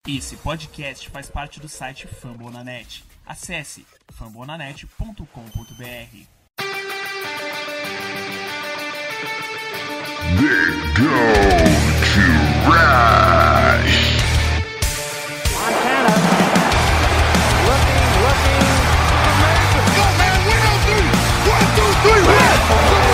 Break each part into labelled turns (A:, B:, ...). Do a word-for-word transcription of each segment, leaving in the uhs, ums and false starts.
A: Esse podcast faz parte do site Fambonanet. Acesse fambonanet ponto com ponto b r.
B: They go to Rush.
C: Montana, looking, looking, amazing. Go, man, one, two, three, one, two, three, hit!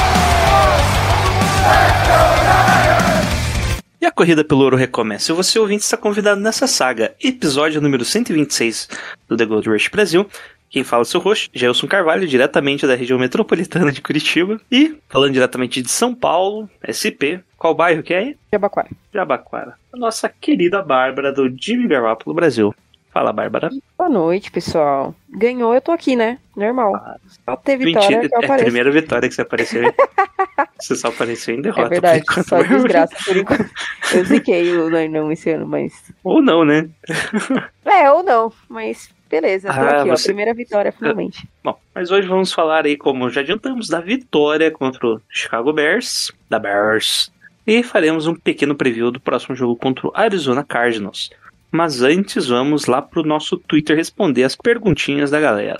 D: E a corrida pelo ouro recomeça. E você, ouvinte, está convidado nessa saga, episódio número cento e vinte e seis do The Gold Rush Brasil. Quem fala é o seu host, Gelson Carvalho, diretamente da região metropolitana de Curitiba. E, falando diretamente de São Paulo, S P, qual bairro que é aí?
E: Jabaquara.
D: Jabaquara. A nossa querida Bárbara, do Jimmy Garoppolo Brasil. Fala, Bárbara.
E: Boa noite, pessoal. Ganhou, eu tô aqui, né? Normal.
D: Ah,
E: só ter vitória
D: mentira,
E: que eu
D: é a
E: apareço.
D: primeira vitória que você apareceu aí. Você só apareceu em derrota.
E: É verdade,
D: por enquanto,
E: só
D: Bárbara.
E: desgraça por enquanto. Eu ziquei o não esse ano, mas...
D: Ou não, né?
E: É, ou não, mas beleza. Tô
D: Ah,
E: aqui,
D: você-
E: ó. Primeira vitória, finalmente.
D: Bom, mas hoje vamos falar aí, como já adiantamos, da vitória contra o Chicago Bears, da Bears, e faremos um pequeno preview do próximo jogo contra o Arizona Cardinals. Mas antes, vamos lá pro nosso Twitter responder as perguntinhas da galera.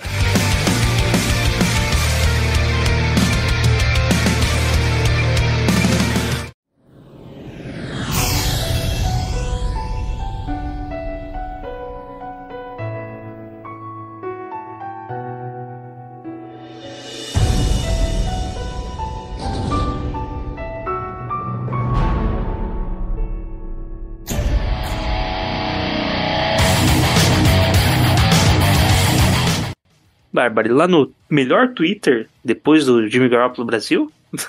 D: Bárbara, e lá no melhor Twitter, depois do Jimmy Garoppolo Brasil,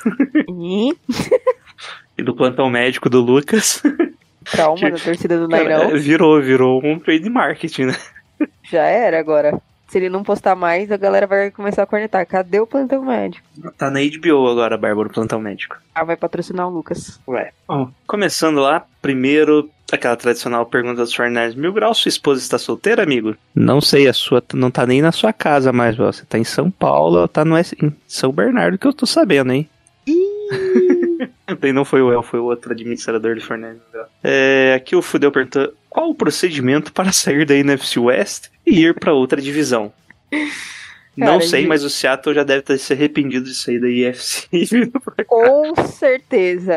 E: E
D: e do plantão médico do Lucas,
E: trauma da torcida do
D: cara,
E: Nairão.
D: virou, virou um trade marketing, né?
E: Já era agora. Se ele não postar mais, a galera vai começar a cornetar. Cadê o plantão médico?
D: Tá na H B O agora, Bárbara, o plantão médico.
E: Ah, vai patrocinar o Lucas.
D: Ué. Bom, começando lá, primeiro, aquela tradicional pergunta dos Fortnite Mil Grau, sua esposa está solteira, amigo? Não sei, a sua não tá nem na sua casa mais, ó. Você tá em São Paulo, ou tá no S- em São Bernardo, que eu tô sabendo, hein? Daí não foi o El, foi o outro administrador do Fortnite Mil Grau. É, aqui o Fudeu perguntou, qual o procedimento para sair da N F C West e ir pra outra divisão? Não
E: Cara,
D: sei,
E: gente-
D: mas o Seattle já deve ter se arrependido de sair da I F C e vindo pra cá.
E: Com certeza.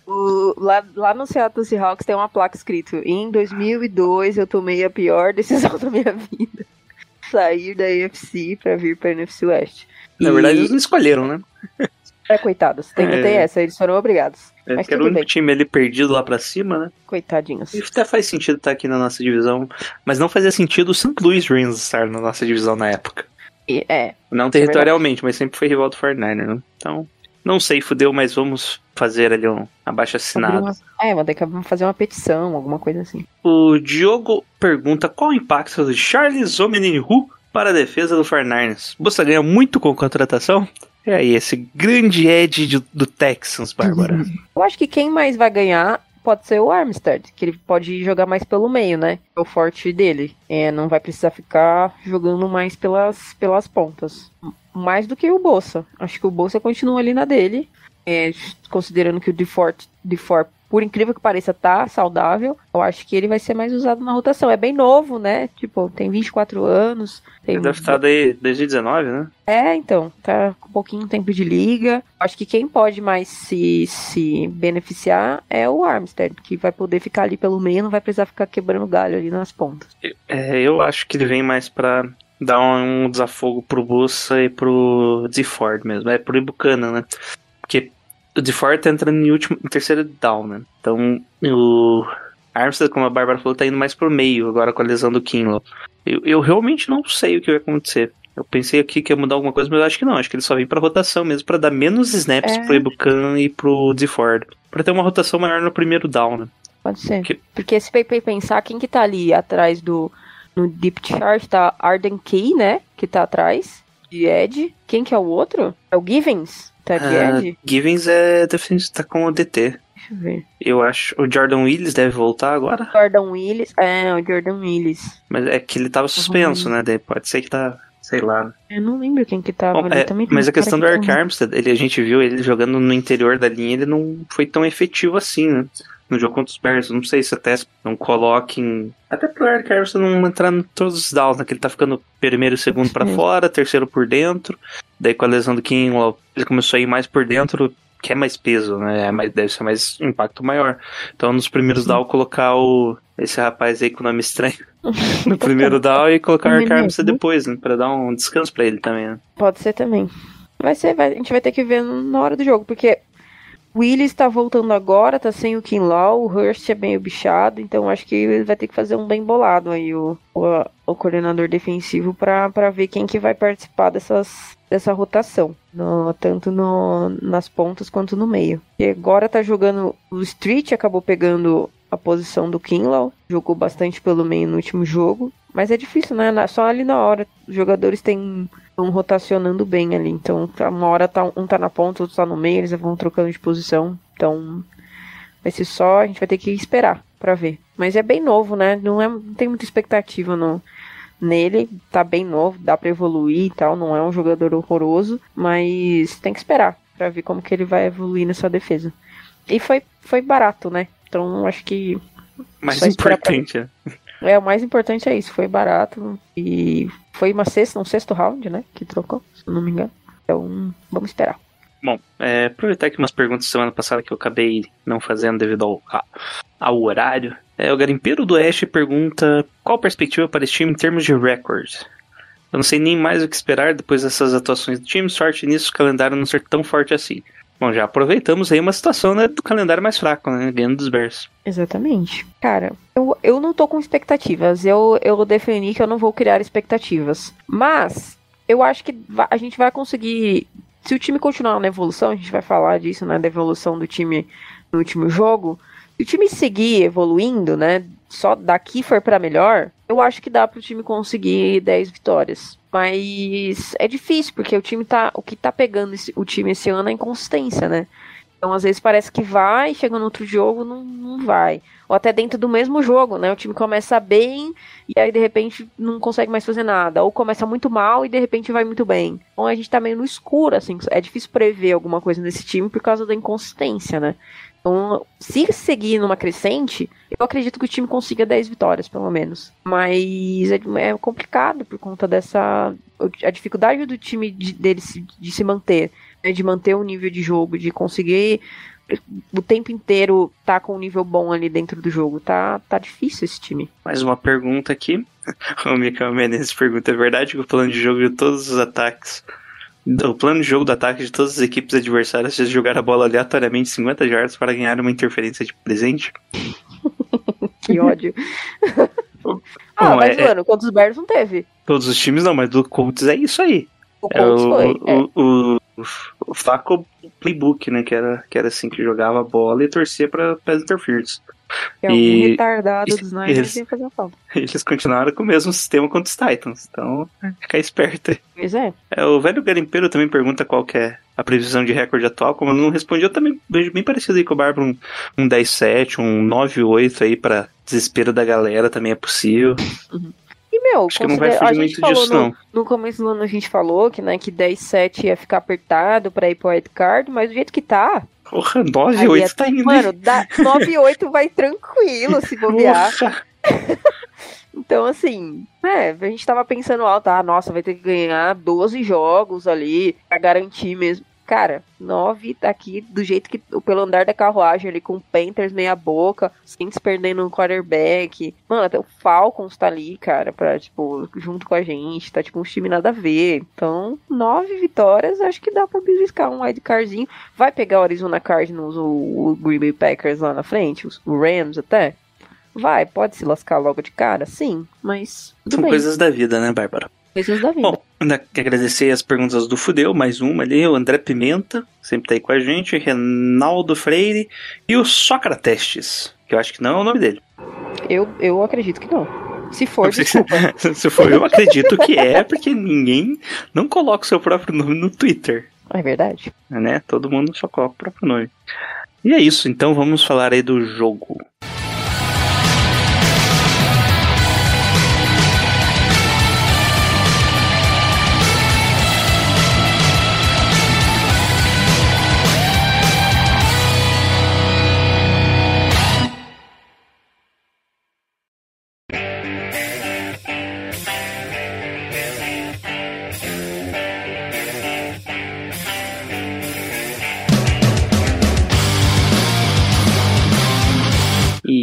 E: O- lá, lá no Seattle Seahawks tem uma placa escrito: em dois mil e dois eu tomei a pior decisão da minha vida. Sair da A F C pra vir pra N F C West.
D: Na
E: E-
D: verdade, eles não escolheram, né?
E: É, coitados. Tem,
D: É.
E: tem essa, eles foram obrigados.
D: É,
E: Mas
D: que era o
E: tudo
D: único
E: bem.
D: time ali perdido lá pra cima, né?
E: Coitadinhos.
D: E até faz sentido estar aqui na nossa divisão. Mas não fazia sentido o Saint Louis Rams estar na nossa divisão na época.
E: E- é.
D: Não territorialmente, mas sempre foi rival do Fortnite, né? Então, não sei, fudeu, mas vamos fazer ali um abaixo assinado.
E: Abrir uma- É, vou ter que fazer uma petição, alguma coisa assim.
D: O Diogo pergunta qual o impacto do Charles Omenihu para a defesa do Fortnite. Você ganha muito com contratação? É aí, esse grande edge de- do Texans, Bárbara.
E: Eu acho que quem mais vai ganhar pode ser o Armstead, que ele pode jogar mais pelo meio, né? É o forte dele. É, não vai precisar ficar jogando mais pelas, pelas pontas. Mais do que o Bolsa. Acho que o Bolsa continua ali na dele. É, considerando que o DeFort, DeFort, por incrível que pareça, tá saudável, eu acho que ele vai ser mais usado na rotação. É bem novo, né? Tipo, tem vinte e quatro anos. Tem...
D: Ele deve estar daí desde dezenove, né?
E: É, então, tá com um pouquinho de tempo de liga. Acho que quem pode mais se, se beneficiar é o Armstead, que vai poder ficar ali pelo meio, não vai precisar ficar quebrando galho ali nas pontas.
D: É, eu acho que ele vem mais pra dar um, um desafogo pro Bossa e pro DeFord mesmo. É pro Ibucana, né? Porque o DeFord tá entrando em, último, em terceiro down, né? Então o Armstead, como a Bárbara falou, tá indo mais pro meio agora com a lesão do Kinlaw. Eu, eu realmente não sei o que vai acontecer. Eu pensei aqui que ia mudar alguma coisa, mas eu acho que não. Acho que ele só vem pra rotação mesmo, pra dar menos snaps
E: É.
D: pro Ibucana e pro DeFord. Pra ter uma rotação maior no primeiro down, né?
E: Pode ser.
D: Que-
E: Porque se Pepe pensar, quem que tá ali atrás do... No Deep Chart tá Arden Key, né? Que tá atrás de Ed. Quem que é o outro? É o Givens? Tá de
D: Ah,
E: Ed?
D: Givens é defensivo, tá com o D T.
E: Deixa eu ver.
D: Eu acho. O Jordan Willis deve voltar agora.
E: Jordan Willis. É, o Jordan Willis.
D: Mas é que ele tava suspenso, né? Daí pode ser que tá sei lá.
E: Eu não lembro quem que tava
D: Bom,
E: ali
D: é,
E: também.
D: mas a questão do
E: Eric
D: Eric Armstead, ele, a gente viu ele jogando no interior da linha, ele não foi tão efetivo assim, né? No jogo contra os Bears, não sei se até não coloquem... Até pro Eric Armstead não entrar em todos os downs, né? Que ele tá ficando primeiro e segundo pra fora, terceiro por dentro. Daí com a lesão do Kinlaw, ele começou a ir mais por dentro, que é mais peso, né? É mais, deve ser mais impacto maior. Então nos primeiros down colocar o... esse rapaz aí com nome estranho no primeiro down e colocar o Eric Armstead depois, né? Pra dar um descanso pra ele também, né?
E: Pode ser também. Vai ser, vai, a gente vai ter que ver na hora do jogo, porque o Willis tá voltando agora, tá sem o Kinlaw, o Hurst é meio bichado, então acho que ele vai ter que fazer um bem bolado aí, o, o, o coordenador defensivo, pra, pra ver quem que vai participar dessas, dessa rotação, no, tanto no, nas pontas quanto no meio. E agora tá jogando, o Street acabou pegando a posição do Kinlaw, jogou bastante pelo meio no último jogo, mas é difícil, né? Só ali na hora, os jogadores têm... estão rotacionando bem ali, então uma hora tá, um tá na ponta, outro tá no meio, eles vão trocando de posição, então vai ser só, a gente vai ter que esperar pra ver. Mas é bem novo, né, não, é, não tem muita expectativa no, nele, tá bem novo, dá pra evoluir e tal, não é um jogador horroroso, mas tem que esperar pra ver como que ele vai evoluir nessa defesa. E foi, foi barato, né, então acho que...
D: Mais importante, é.
E: É, o mais importante é isso, foi barato e foi uma sexta, um sexto round, né, que trocou, se eu não me engano. Então, vamos esperar.
D: Bom, é, aproveitar que umas perguntas semana passada que eu acabei não fazendo devido ao, a, ao horário. É, o Garimpeiro do Oeste pergunta qual a perspectiva para esse time em termos de recorde. Eu não sei nem mais o que esperar depois dessas atuações do time, sorte nisso, o calendário não ser tão forte assim. Bom, já aproveitamos aí uma situação, né, do calendário mais fraco, né, ganhando dos Bears.
E: Exatamente. Cara, eu, eu não tô com expectativas. Eu, eu defini que eu não vou criar expectativas. Mas, eu acho que a gente vai conseguir... Se o time continuar na evolução, a gente vai falar disso, né, da evolução do time no último jogo. Se o time seguir evoluindo, né, só daqui for pra melhor, eu acho que dá pro time conseguir dez vitórias. Mas é difícil, porque o time tá. O que tá pegando esse, o time esse ano é inconsistência, né? Então, às vezes, parece que vai, chega no outro jogo, não, não vai. Ou até dentro do mesmo jogo, né? O time começa bem e aí, de repente, não consegue mais fazer nada. Ou começa muito mal e, de repente, vai muito bem. Então, a gente tá meio no escuro, assim. É difícil prever alguma coisa nesse time por causa da inconsistência, né? Então, se seguir numa crescente, eu acredito que o time consiga dez vitórias, pelo menos. Mas é, é complicado por conta dessa... A dificuldade do time de, dele se, de se manter, né, de manter o nível de jogo, de conseguir o tempo inteiro tá com um nível bom ali dentro do jogo. Tá, tá difícil esse time.
D: Mais uma pergunta aqui. O Michael Menezes pergunta, é verdade que o plano de jogo de todos os ataques... O plano de jogo do ataque de todas as equipes adversárias é jogar a bola aleatoriamente cinquenta yards para ganhar uma interferência de presente?
E: Que ódio. ah,
D: Bom,
E: mas,
D: é,
E: mano, contra os Bears não teve.
D: Todos os times não, mas do Colts é isso aí.
E: O
D: É
E: Colts
D: o,
E: foi.
D: o,
E: é.
D: o, o, o Flacco Playbook, né? Que era, que era assim que jogava a bola e torcia para as interference.
E: Que algum
D: e-
E: retardado dos Niners
D: eles-
E: ia fazer a falta.
D: Eles continuaram com o mesmo sistema contra os Titans. Então, fica esperto aí.
E: Pois é.
D: É, o velho garimpeiro também pergunta qual que é a previsão de recorde atual. Como eu não respondi, eu também vejo bem parecido aí com o Bárbaro. Um, um dez sete, um nove oito aí pra desespero da galera também é possível.
E: E, meu,
D: Acho que não vai
E: considera-
D: fugir
E: a gente
D: muito
E: falou
D: disso,
E: no,
D: não.
E: no começo do ano a gente falou que, né, que dez sete ia ficar apertado pra ir pro wildcard, mas do jeito que tá...
D: Porra, nove
E: aí
D: oito
E: é-
D: tá indo.
E: Mano, dá nove oito vai tranquilo se bobear.
D: Porra.
E: Então, assim, é, a gente tava pensando alto, ah, nossa, vai ter que ganhar doze jogos ali pra garantir mesmo. Cara, nove tá aqui do jeito que, pelo andar da carruagem ali, com o Panthers meia boca, Saints perdendo um quarterback. Mano, até o Falcons tá ali, cara, pra, tipo, junto com a gente, tá tipo um time nada a ver. Então, nove vitórias, acho que dá pra beliscar um wildcardzinho. Vai pegar o Arizona Cardinals, o, o Green Bay Packers lá na frente, os, o Rams até? Vai, pode se lascar logo de cara? Sim, mas tudo
D: São
E: bem.
D: coisas da vida, né, Bárbara?
E: Coisas da vida.
D: Bom, ainda quero agradecer as perguntas do Fudeu, mais uma ali, o André Pimenta, sempre tá aí com a gente, Renaldo Freire e o Socratestes, que eu acho que não é o nome dele.
E: Eu, eu acredito que não. Se for,
D: Não sei se-
E: desculpa.
D: Se for, eu acredito que é, porque ninguém não coloca o seu próprio nome no Twitter,
E: É verdade.
D: né? Todo mundo só coloca o próprio nome. E é isso, então vamos falar aí do jogo.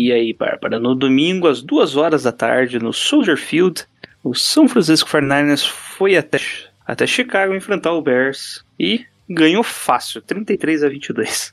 D: E aí, Bárbara, no domingo, às duas horas da tarde, no Soldier Field, o São Francisco forty-niners foi até, até Chicago enfrentar o Bears e ganhou fácil, trinta e três a vinte e dois.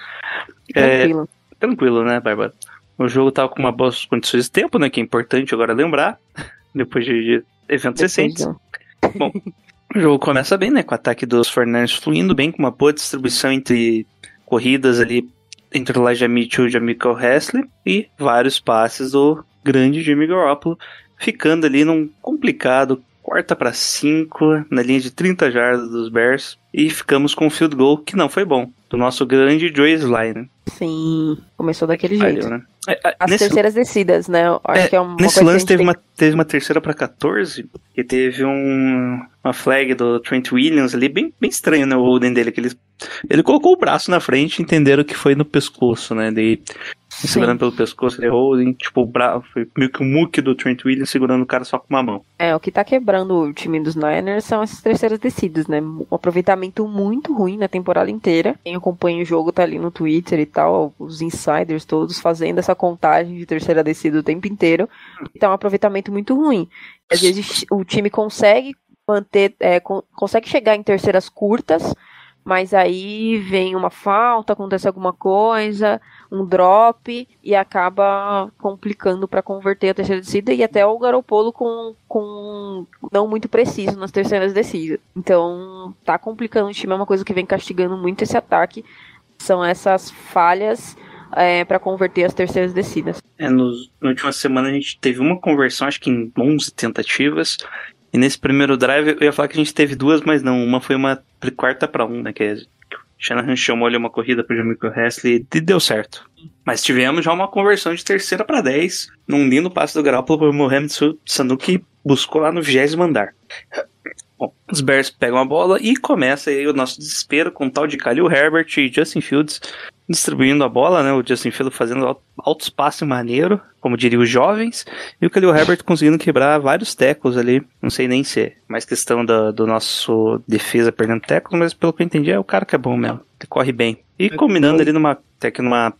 E: Tranquilo.
D: É, tranquilo, né, Bárbara? O jogo tava com uma boas condições de tempo, né, que é importante agora lembrar, depois de eventos recentes. Bom, o jogo começa bem, né, com o ataque dos forty-niners fluindo bem, com uma boa distribuição entre corridas ali, entre o Elijah Mitchell e o JaMycal Hasty, e vários passes do grande Jimmy Garoppolo, ficando ali num complicado quarta para cinco, na linha de trinta jardas dos Bears, e ficamos com um field goal que não foi bom, do nosso grande Joe Sly, né?
E: Sim, começou daquele jeito.
D: Valeu, né? É, é,
E: As
D: nesse,
E: terceiras descidas, né? Eu acho
D: é,
E: que é uma
D: nesse
E: coisa
D: lance
E: que a
D: teve
E: gente
D: uma, teve uma terceira para catorze, e teve um, uma flag do Trent Williams ali, bem, bem estranho, né? O holding dele, que ele, ele colocou o braço na frente e entenderam que foi no pescoço, né? Daí, segurando pelo pescoço, ele holding, tipo, o braço, foi meio que o muque do Trent Williams segurando o cara só com uma mão.
E: É, o que tá quebrando o time dos Niners são essas terceiras descidas, né? Um aproveitamento muito ruim na temporada inteira. Quem acompanha o jogo tá ali no Twitter e tal, os insiders todos fazendo essa contagem de terceira descida o tempo inteiro. Então é um aproveitamento muito ruim. Às vezes o time consegue manter, é, con- consegue chegar em terceiras curtas, mas aí vem uma falta, acontece alguma coisa, um drop, e acaba complicando para converter a terceira descida, e até o Garoppolo com, com não muito preciso nas terceiras descidas. Então, tá complicando o time, é uma coisa que vem castigando muito esse ataque, são essas falhas é, para converter as terceiras descidas.
D: É, nos, na última semana a gente teve uma conversão, acho que em onze tentativas, e nesse primeiro drive eu ia falar que a gente teve duas, mas não, uma foi uma quarta para um, né, que é, o Shanahan chamou ali uma corrida pro JaMycal Hasty e deu certo. Mas tivemos já uma conversão de terceira para dez, num lindo passe do Garoppolo pro Mohamed Sanu, que buscou lá no vigésimo andar. Bom, os Bears pegam a bola e começa aí o nosso desespero com o tal de Khalil Herbert e Justin Fields distribuindo a bola, né? O Justin Fields fazendo altos passes maneiro, como diriam os jovens, e o Khalil Herbert conseguindo quebrar vários tackles ali. Não sei nem se é mais questão da, do nosso defesa perdendo tackles, mas pelo que eu entendi é o cara que é bom mesmo, que corre bem. E combinando ali numa, até que numa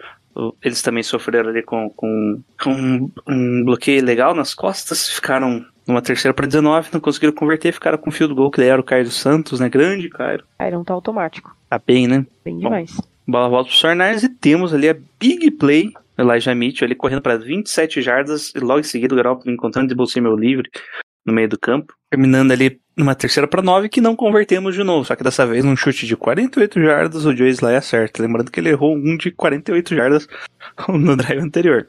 D: eles também sofreram ali com, com, com um, um bloqueio legal nas costas, ficaram numa terceira para dezenove, não conseguiram converter, ficaram com o field goal, que daí era o Cairo Santos, né? Grande Cairo.
E: Cairo tá automático.
D: Tá bem, né?
E: Bem demais.
D: Bom, bola volta pro forty-niners e temos ali a big play, Elijah Mitchell ali correndo para vinte e sete jardas, e logo em seguida o Garoppolo encontrando de Bolsonaro livre no meio do campo, terminando ali numa terceira para nove, que não convertemos de novo, só que dessa vez num chute de quarenta e oito jardas o Joe Sly acerta, lembrando que ele errou um de quarenta e oito jardas no drive anterior.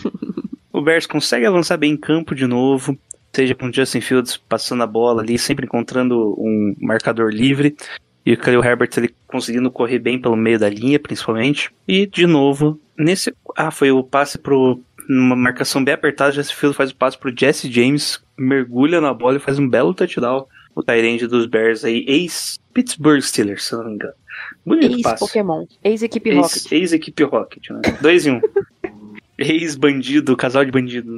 D: O Bears consegue avançar bem em campo de novo, seja com o Justin Fields passando a bola ali, sempre encontrando um marcador livre, e o Khalil Herbert ele conseguindo correr bem pelo meio da linha, principalmente. E, de novo, nesse... Ah, foi o passe pro... Numa marcação bem apertada, o Justin Fields faz o passe pro Jesse James, mergulha na bola e faz um belo touchdown. O tight end dos Bears aí, ex-Pittsburgh Steelers, se não me engano. Bonito passe.
E: Ex-Pokémon, ex-equipe
D: Ex,
E: Rocket.
D: Ex-equipe Rocket, né? Dois em um. Ex-bandido, casal de bandido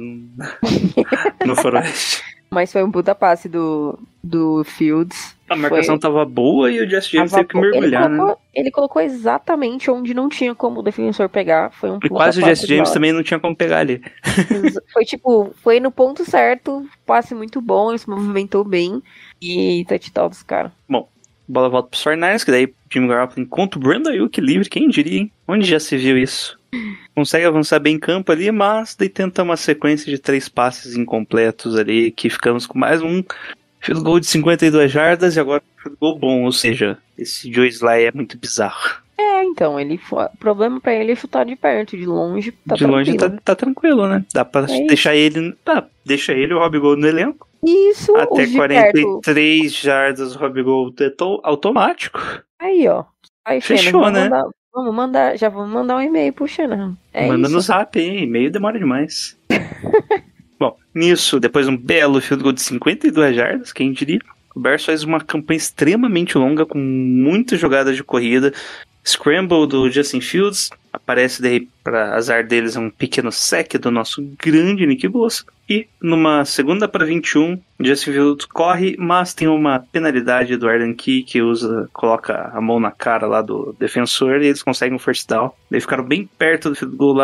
D: no faroeste.
E: Mas foi um puta passe do, do Fields.
D: A marcação
E: foi...
D: tava boa e o Jesse James teve que mergulhar,
E: ele colocou,
D: né?
E: Ele colocou exatamente onde não tinha como o defensor pegar. Foi um
D: E
E: puta
D: quase o
E: passe
D: Jesse James
E: lá.
D: também não tinha como pegar ali.
E: Foi tipo, foi no ponto certo, passe muito bom, ele se movimentou bem e touchdown dos caras.
D: Bom, bola volta pros forty-niners, que daí o Jimmy Garoppolo encontra o Brandon Ayuk livre, quem diria, hein? Onde já se viu isso? Consegue avançar bem em campo ali, mas daí tenta uma sequência de três passes incompletos ali, que ficamos com mais um field goal de cinquenta e duas jardas e agora um field goal bom, ou seja, esse Joe Sly é muito bizarro.
E: É, então, ele o problema pra ele é chutar de perto, de longe tá
D: de longe tá,
E: tranquilo.
D: tá tranquilo, né? Dá pra
E: É
D: deixar ele, tá, deixa ele o Robbie Gold no elenco.
E: Isso,
D: Até
E: os de
D: quarenta e
E: perto.
D: três jardas o Robbie Gold é to- automático.
E: Aí, ó. Aí,
D: Fechou,
E: Shanahan, vamos
D: né?
E: Mandar, vamos mandar, já vamos mandar um e-mail pro Shanahan. É
D: Manda
E: isso.
D: no zap aí, e-mail demora demais. Bom, nisso, depois um belo field goal de cinquenta e duas jardas, quem diria? O Bears faz uma campanha extremamente longa, com muitas jogadas de corrida. Scramble do Justin Fields, aparece daí, para azar deles, um pequeno sec do nosso grande Nick Bosa. E numa segunda para vinte e um, Justin Fields corre, mas tem uma penalidade do Arden Key, que usa, coloca a mão na cara lá do defensor, e eles conseguem um first down. Eles ficaram bem perto do field goal lá,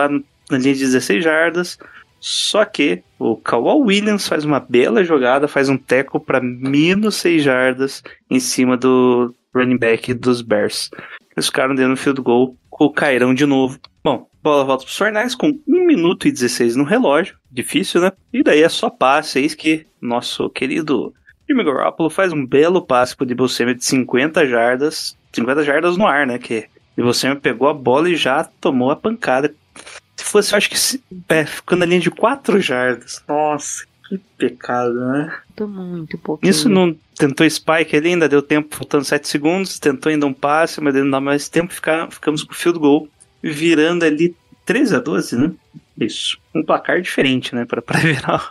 D: na linha de dezesseis jardas. Só que o Kawhi Williams faz uma bela jogada, faz um tackle para menos seis jardas em cima do running back dos Bears. Eles ficaram dentro do field goal, cairão de novo. Bom, bola volta para os Fornais com um minuto e dezesseis no relógio. Difícil, né? E daí é só passe, eis que nosso querido Jimmy Garoppolo faz um belo passe pro Deebo Samuel de cinquenta jardas. cinquenta jardas no ar, né? Que Deebo Samuel pegou a bola e já tomou a pancada. Se fosse, eu acho que se, é, ficando na linha de quatro jardas. Nossa, que pecado, né?
E: Muito, muito pouquinho.
D: Isso não tentou spike ali, ainda deu tempo, faltando sete segundos. Tentou ainda um passe, mas não dá mais tempo. Ficar, ficamos com o field goal, virando ali treze a doze, né? Isso. Um placar diferente, né? Pra, pra virar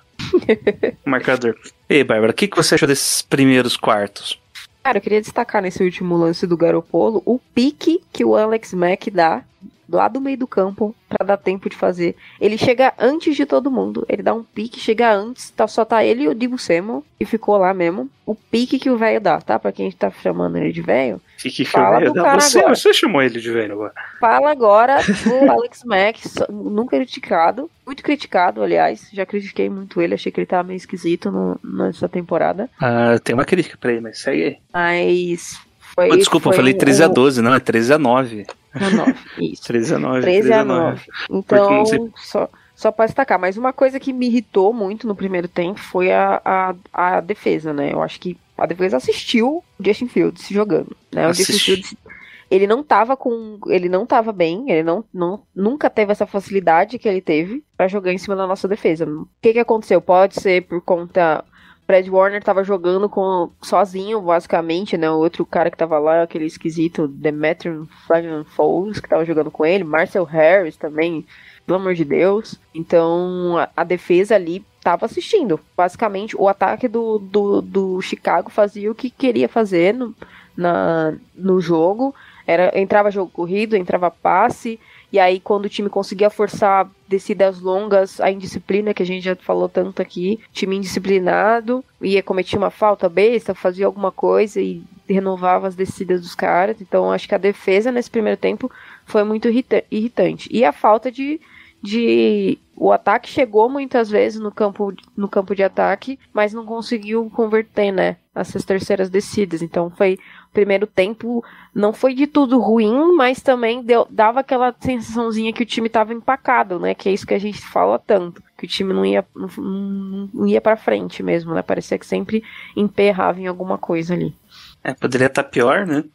D: o marcador. E aí, Bárbara, o que, que você achou desses primeiros quartos?
E: Cara, eu queria destacar nesse último lance do Garoppolo o pique que o Alex Mack dá lá do meio do campo pra dar tempo de fazer. Ele chega antes de todo mundo. Ele dá um pique, chega antes, tá, só tá ele e o Deebo Samuel, e ficou lá mesmo. O pique que o velho dá, tá? Pra quem tá chamando ele de velho.
D: Que que
E: fala
D: foi,
E: do cara
D: você,
E: agora.
D: você chamou ele de velho agora.
E: Fala agora do Alex Mack, nunca criticado. Muito criticado, aliás. Já critiquei muito ele, achei que ele tava meio esquisito no, nessa temporada.
D: Ah, tem uma crítica pra ele, mas segue aí.
E: Mas foi...
D: Oh, desculpa,
E: foi
D: eu falei treze a
E: um-
D: doze, não, é treze a nove.
E: Não, nove, isso.
D: treze a nove.
E: treze a nove. Então,
D: Porque você-
E: só, só pra destacar. Mas uma coisa que me irritou muito no primeiro tempo foi a, a, a defesa, né? Eu acho que a defesa assistiu o Justin Fields jogando, né? O Justin
D: Assisti.
E: Fields, ele não tava com... Ele não tava bem, ele não, não, nunca teve essa facilidade que ele teve pra jogar em cima da nossa defesa. O que que aconteceu? Pode ser por conta... Fred Warner tava jogando com, sozinho, basicamente, né? O outro cara que tava lá, aquele esquisito, Demetrius Flavian-Fowles, que tava jogando com ele. Marcel Harris também, pelo amor de Deus. Então, a, a defesa ali tava assistindo. Basicamente, o ataque do, do, do Chicago fazia o que queria fazer no, na, no jogo. Era, entrava jogo corrido, entrava passe... E aí, quando o time conseguia forçar descidas longas, a indisciplina, que a gente já falou tanto aqui, time indisciplinado, ia cometer uma falta besta, fazia alguma coisa e renovava as descidas dos caras. Então, acho que a defesa nesse primeiro tempo foi muito irrita- irritante. E a falta de, de... O ataque chegou muitas vezes no campo, no campo de ataque, mas não conseguiu converter, né? Essas terceiras descidas. Então, foi... Primeiro tempo não foi de tudo ruim, mas também deu, dava aquela sensaçãozinha que o time tava empacado, né? Que é isso que a gente fala tanto, que o time não ia, não, não ia pra frente mesmo, né? Parecia que sempre emperrava em alguma coisa ali.
D: É, poderia estar pior, né?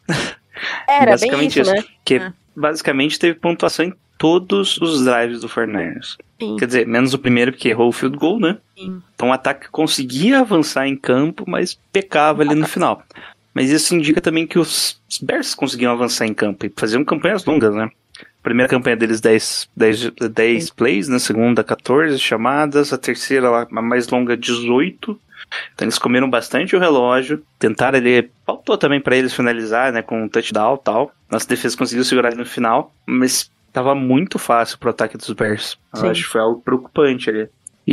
E: Era bem
D: Basicamente
E: isso, né?
D: Porque
E: É.
D: basicamente teve pontuação em todos os drives do Fortnite.
E: Sim.
D: Quer dizer, menos o primeiro, porque errou o field goal, né?
E: Sim.
D: Então o ataque conseguia avançar em campo, mas pecava ali no final. Mas isso indica também que os Bears conseguiam avançar em campo e faziam campanhas longas, né? A primeira campanha deles, dez, dez, dez plays, na segunda, catorze chamadas, a terceira, lá, a mais longa, dezoito. Então eles comeram bastante o relógio, tentaram ali, faltou também pra eles finalizar, né, com um touchdown e tal. Nossa defesa conseguiu segurar ali no final, mas tava muito fácil pro ataque dos Bears. Eu
E: Sim.
D: acho que foi algo preocupante ali.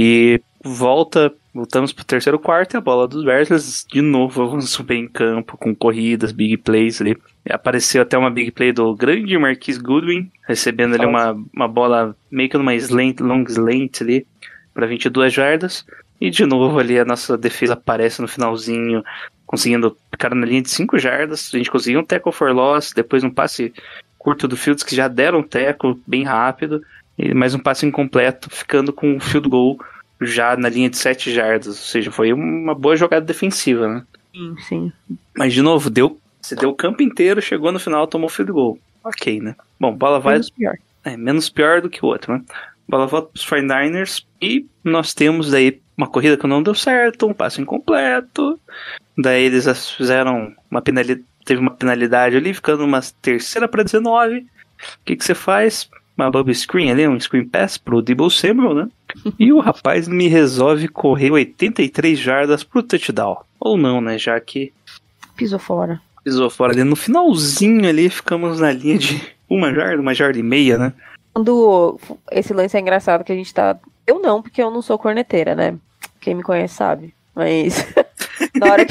D: E volta, voltamos pro terceiro quarto e a bola dos Bears, eles de novo avançam bem em campo, com corridas, big plays ali. Apareceu até uma big play do grande Marquise Goodwin, recebendo ali uma, uma bola meio que numa slant, long slant ali, para vinte e duas jardas. E de novo ali a nossa defesa aparece no finalzinho, conseguindo ficar na linha de cinco jardas. A gente conseguiu um tackle for loss, depois um passe curto do Fields, que já deram um tackle bem rápido, e mais um passe incompleto, ficando com um field goal já na linha de sete jardas. Ou seja, foi uma boa jogada defensiva, né?
E: Sim, sim.
D: Mas de novo, deu, você deu o campo inteiro, chegou no final, tomou field goal. Ok, né? Bom, bola vai...
E: Menos pior.
D: É, menos pior do que o outro, né? Bola volta para os forty-niners e nós temos daí uma corrida que não deu certo, um passe incompleto. Daí eles fizeram uma penalidade, teve uma penalidade ali, ficando uma terceira para dezenove. O que que você faz? Uma bubble screen ali, um screen pass pro Deebo Samuel, né? E o rapaz me resolve correr oitenta e três jardas pro touchdown. Ou não, né? Já que
E: Pisou fora.
D: pisou fora ali. No finalzinho ali, ficamos na linha de uma jarda, uma jarda e meia, né?
E: Quando esse lance é engraçado que a gente tá... Eu não, porque eu não sou corneteira, né? Quem me conhece sabe. Mas na hora que...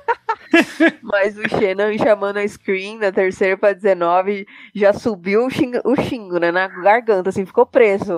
E: Mas o Shannon chamando a screen na terceira pra dezenove já subiu o xingo, o xingo, né? Na garganta, assim, ficou preso.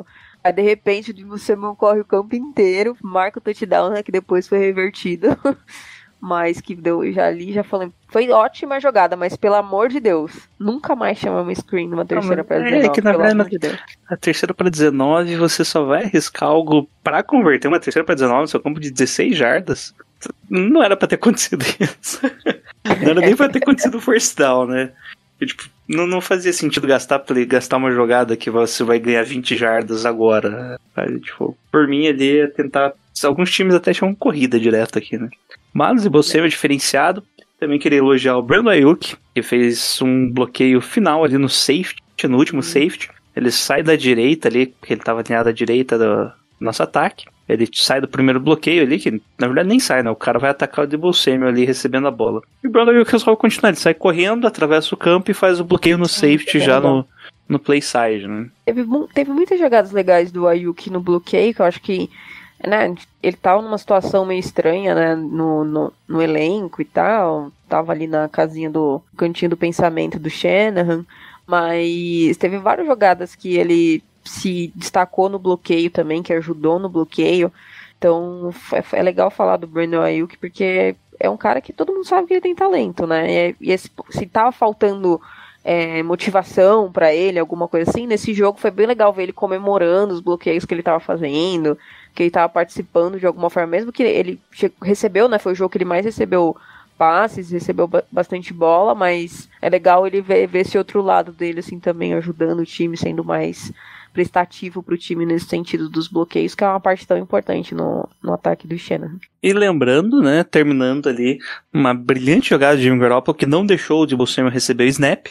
E: Aí, de repente, o Deebo Samuel corre o campo inteiro, marca o touchdown, né, que depois foi revertido. Mas que deu, já ali, já falei, foi ótima jogada, mas pelo amor de Deus, nunca mais chama uma screen numa terceira para dezenove,
D: é que na
E: pelo
D: verdade,
E: amor de Deus.
D: A terceira para dezenove, você só vai arriscar algo pra converter uma terceira para dezenove no seu campo de dezesseis jardas. Não era pra ter acontecido isso. Não era nem pra ter acontecido o first down, né? E, tipo, não, não fazia sentido gastar pra ele gastar uma jogada que você vai ganhar vinte jardas agora. Sabe? Tipo, por mim, ele ia tentar. Alguns times até chamam corrida direto aqui, né? Mas o Deebo Samuel é diferenciado. Também queria elogiar o Brandon Ayuk, que fez um bloqueio final ali no safety, no último safety. Ele sai da direita ali, porque ele estava alinhado à direita do nosso ataque. Ele sai do primeiro bloqueio ali, que na verdade nem sai, né? O cara vai atacar o Deebo Samuel ali, recebendo a bola. E o Brandon Ayuk resolve continuar. Ele sai correndo, atravessa o campo e faz o bloqueio no safety já no, no play side, né?
E: Teve, teve muitas jogadas legais do Ayuk no bloqueio, que eu acho que, né, ele tava numa situação meio estranha, né, no, no, no elenco e tal, tava ali na casinha do cantinho do pensamento do Shanahan, mas teve várias jogadas que ele se destacou no bloqueio também, que ajudou no bloqueio, então é, é legal falar do Brandon Ayuk, porque é um cara que todo mundo sabe que ele tem talento, né, e, e esse, se tava faltando É, motivação pra ele, alguma coisa assim, nesse jogo foi bem legal ver ele comemorando os bloqueios que ele tava fazendo, que ele tava participando de alguma forma, mesmo que ele recebeu, né, foi o jogo que ele mais recebeu passes, recebeu ba- bastante bola, mas é legal ele ver, ver esse outro lado dele, assim, também ajudando o time, sendo mais prestativo pro time nesse sentido dos bloqueios, que é uma parte tão importante no, no ataque do Shanahan.
D: E lembrando, né, terminando ali, uma brilhante jogada de Jimmy Garoppolo que não deixou o Deebo Samuel receber o snap.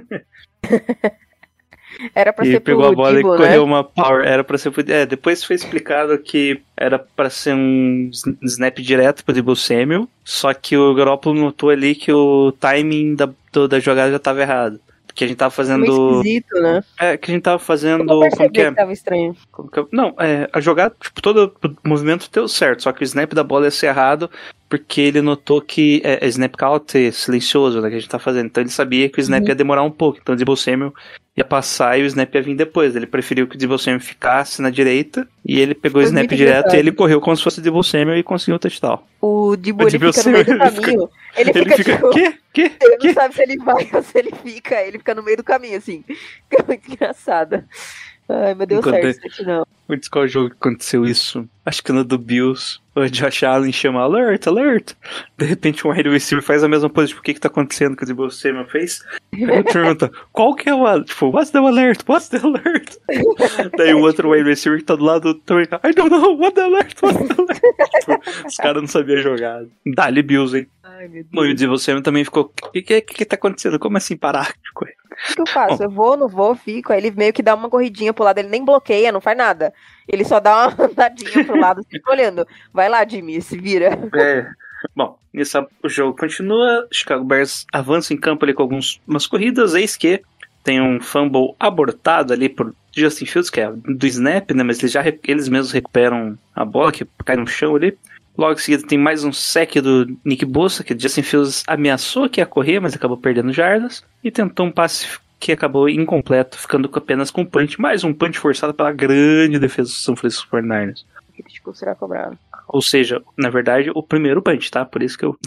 E: Era pra
D: e
E: ser
D: pegou
E: pro
D: a bola
E: Deebo,
D: e correu
E: né?
D: uma power. Era pra ser pro... É, depois foi explicado que era pra ser um snap direto pro Deebo Samuel, só que o Garoppolo notou ali que o timing da, do, da jogada já tava errado. Porque a gente tava fazendo...
E: Meio esquisito, né?
D: É, que a gente tava fazendo...
E: Eu percebi
D: como que é?
E: que tava estranho.
D: Como que é? Não, é, a jogada, tipo, todo o movimento deu certo, só que o snap da bola ia ser errado, porque ele notou que é, é snap count é silencioso, né, que a gente tá fazendo. Então ele sabia que o snap
E: Uhum.
D: ia demorar um pouco, então o Deebo Samuel ia passar e o snap ia vir depois. Ele preferiu que o Deebo Samuel ficasse na direita, e ele pegou
E: Foi
D: o snap
E: muito
D: direto
E: engraçado.
D: e ele correu como se fosse o Deebo Samuel e conseguiu o touchdown.
E: O Deebo,
D: O
E: ele
D: Deebo
E: fica no meio do
D: Samuel, ele
E: caminho. Ele
D: Ele
E: fica,
D: fica,
E: tipo...
D: quê? Quê?
E: Ele
D: Quê?
E: não sabe se ele vai ou se ele fica. Ele fica no meio do caminho, assim. Fica muito engraçado. Ai, mas deu
D: Enquanto
E: certo
D: ele-
E: isso aqui, não.
D: Onde qual jogo que aconteceu isso? Acho que no do Bills. O Josh Allen chama alert, alert. De repente um wide receiver faz a mesma coisa. Tipo, o que que tá acontecendo que o Deebo Samuel fez? Aí ele pergunta, qual que é o alert? Tipo, what's the alert? What's the alert? Daí o outro wide receiver que tá do lado também tá, I don't know, what the alert? What's the alert? Tipo, os caras não sabiam jogar. Dá-lhe Bills, hein?
E: Ai, meu Deus.
D: Bom, e o Deebo Samuel também ficou, o que, que, que que tá acontecendo? Como assim parar? Tipo,
E: O que eu faço? Eu vou, não vou, fico. Aí ele meio que dá uma corridinha pro lado. Ele nem bloqueia, não faz nada. Ele só dá uma andadinha pro lado, fica olhando. Vai lá, Jimmy, se vira.
D: É. Bom, nisso o jogo continua. Chicago Bears avança em campo ali com algumas corridas. Eis que tem um fumble abortado ali por Justin Fields, que é do snap, né? Mas eles, já, eles mesmos recuperam a bola, que cai no chão ali. Logo em seguida tem mais um sec do Nick Bosa, que Justin Fields ameaçou que ia correr, mas acabou perdendo jardas. E tentou um passe que acabou incompleto, ficando apenas com um punch. Mais um punch forçado pela grande defesa do São Francisco forty-niners.
E: O que será cobrado?
D: Ou seja, na verdade, o primeiro punch, tá? Por isso que eu...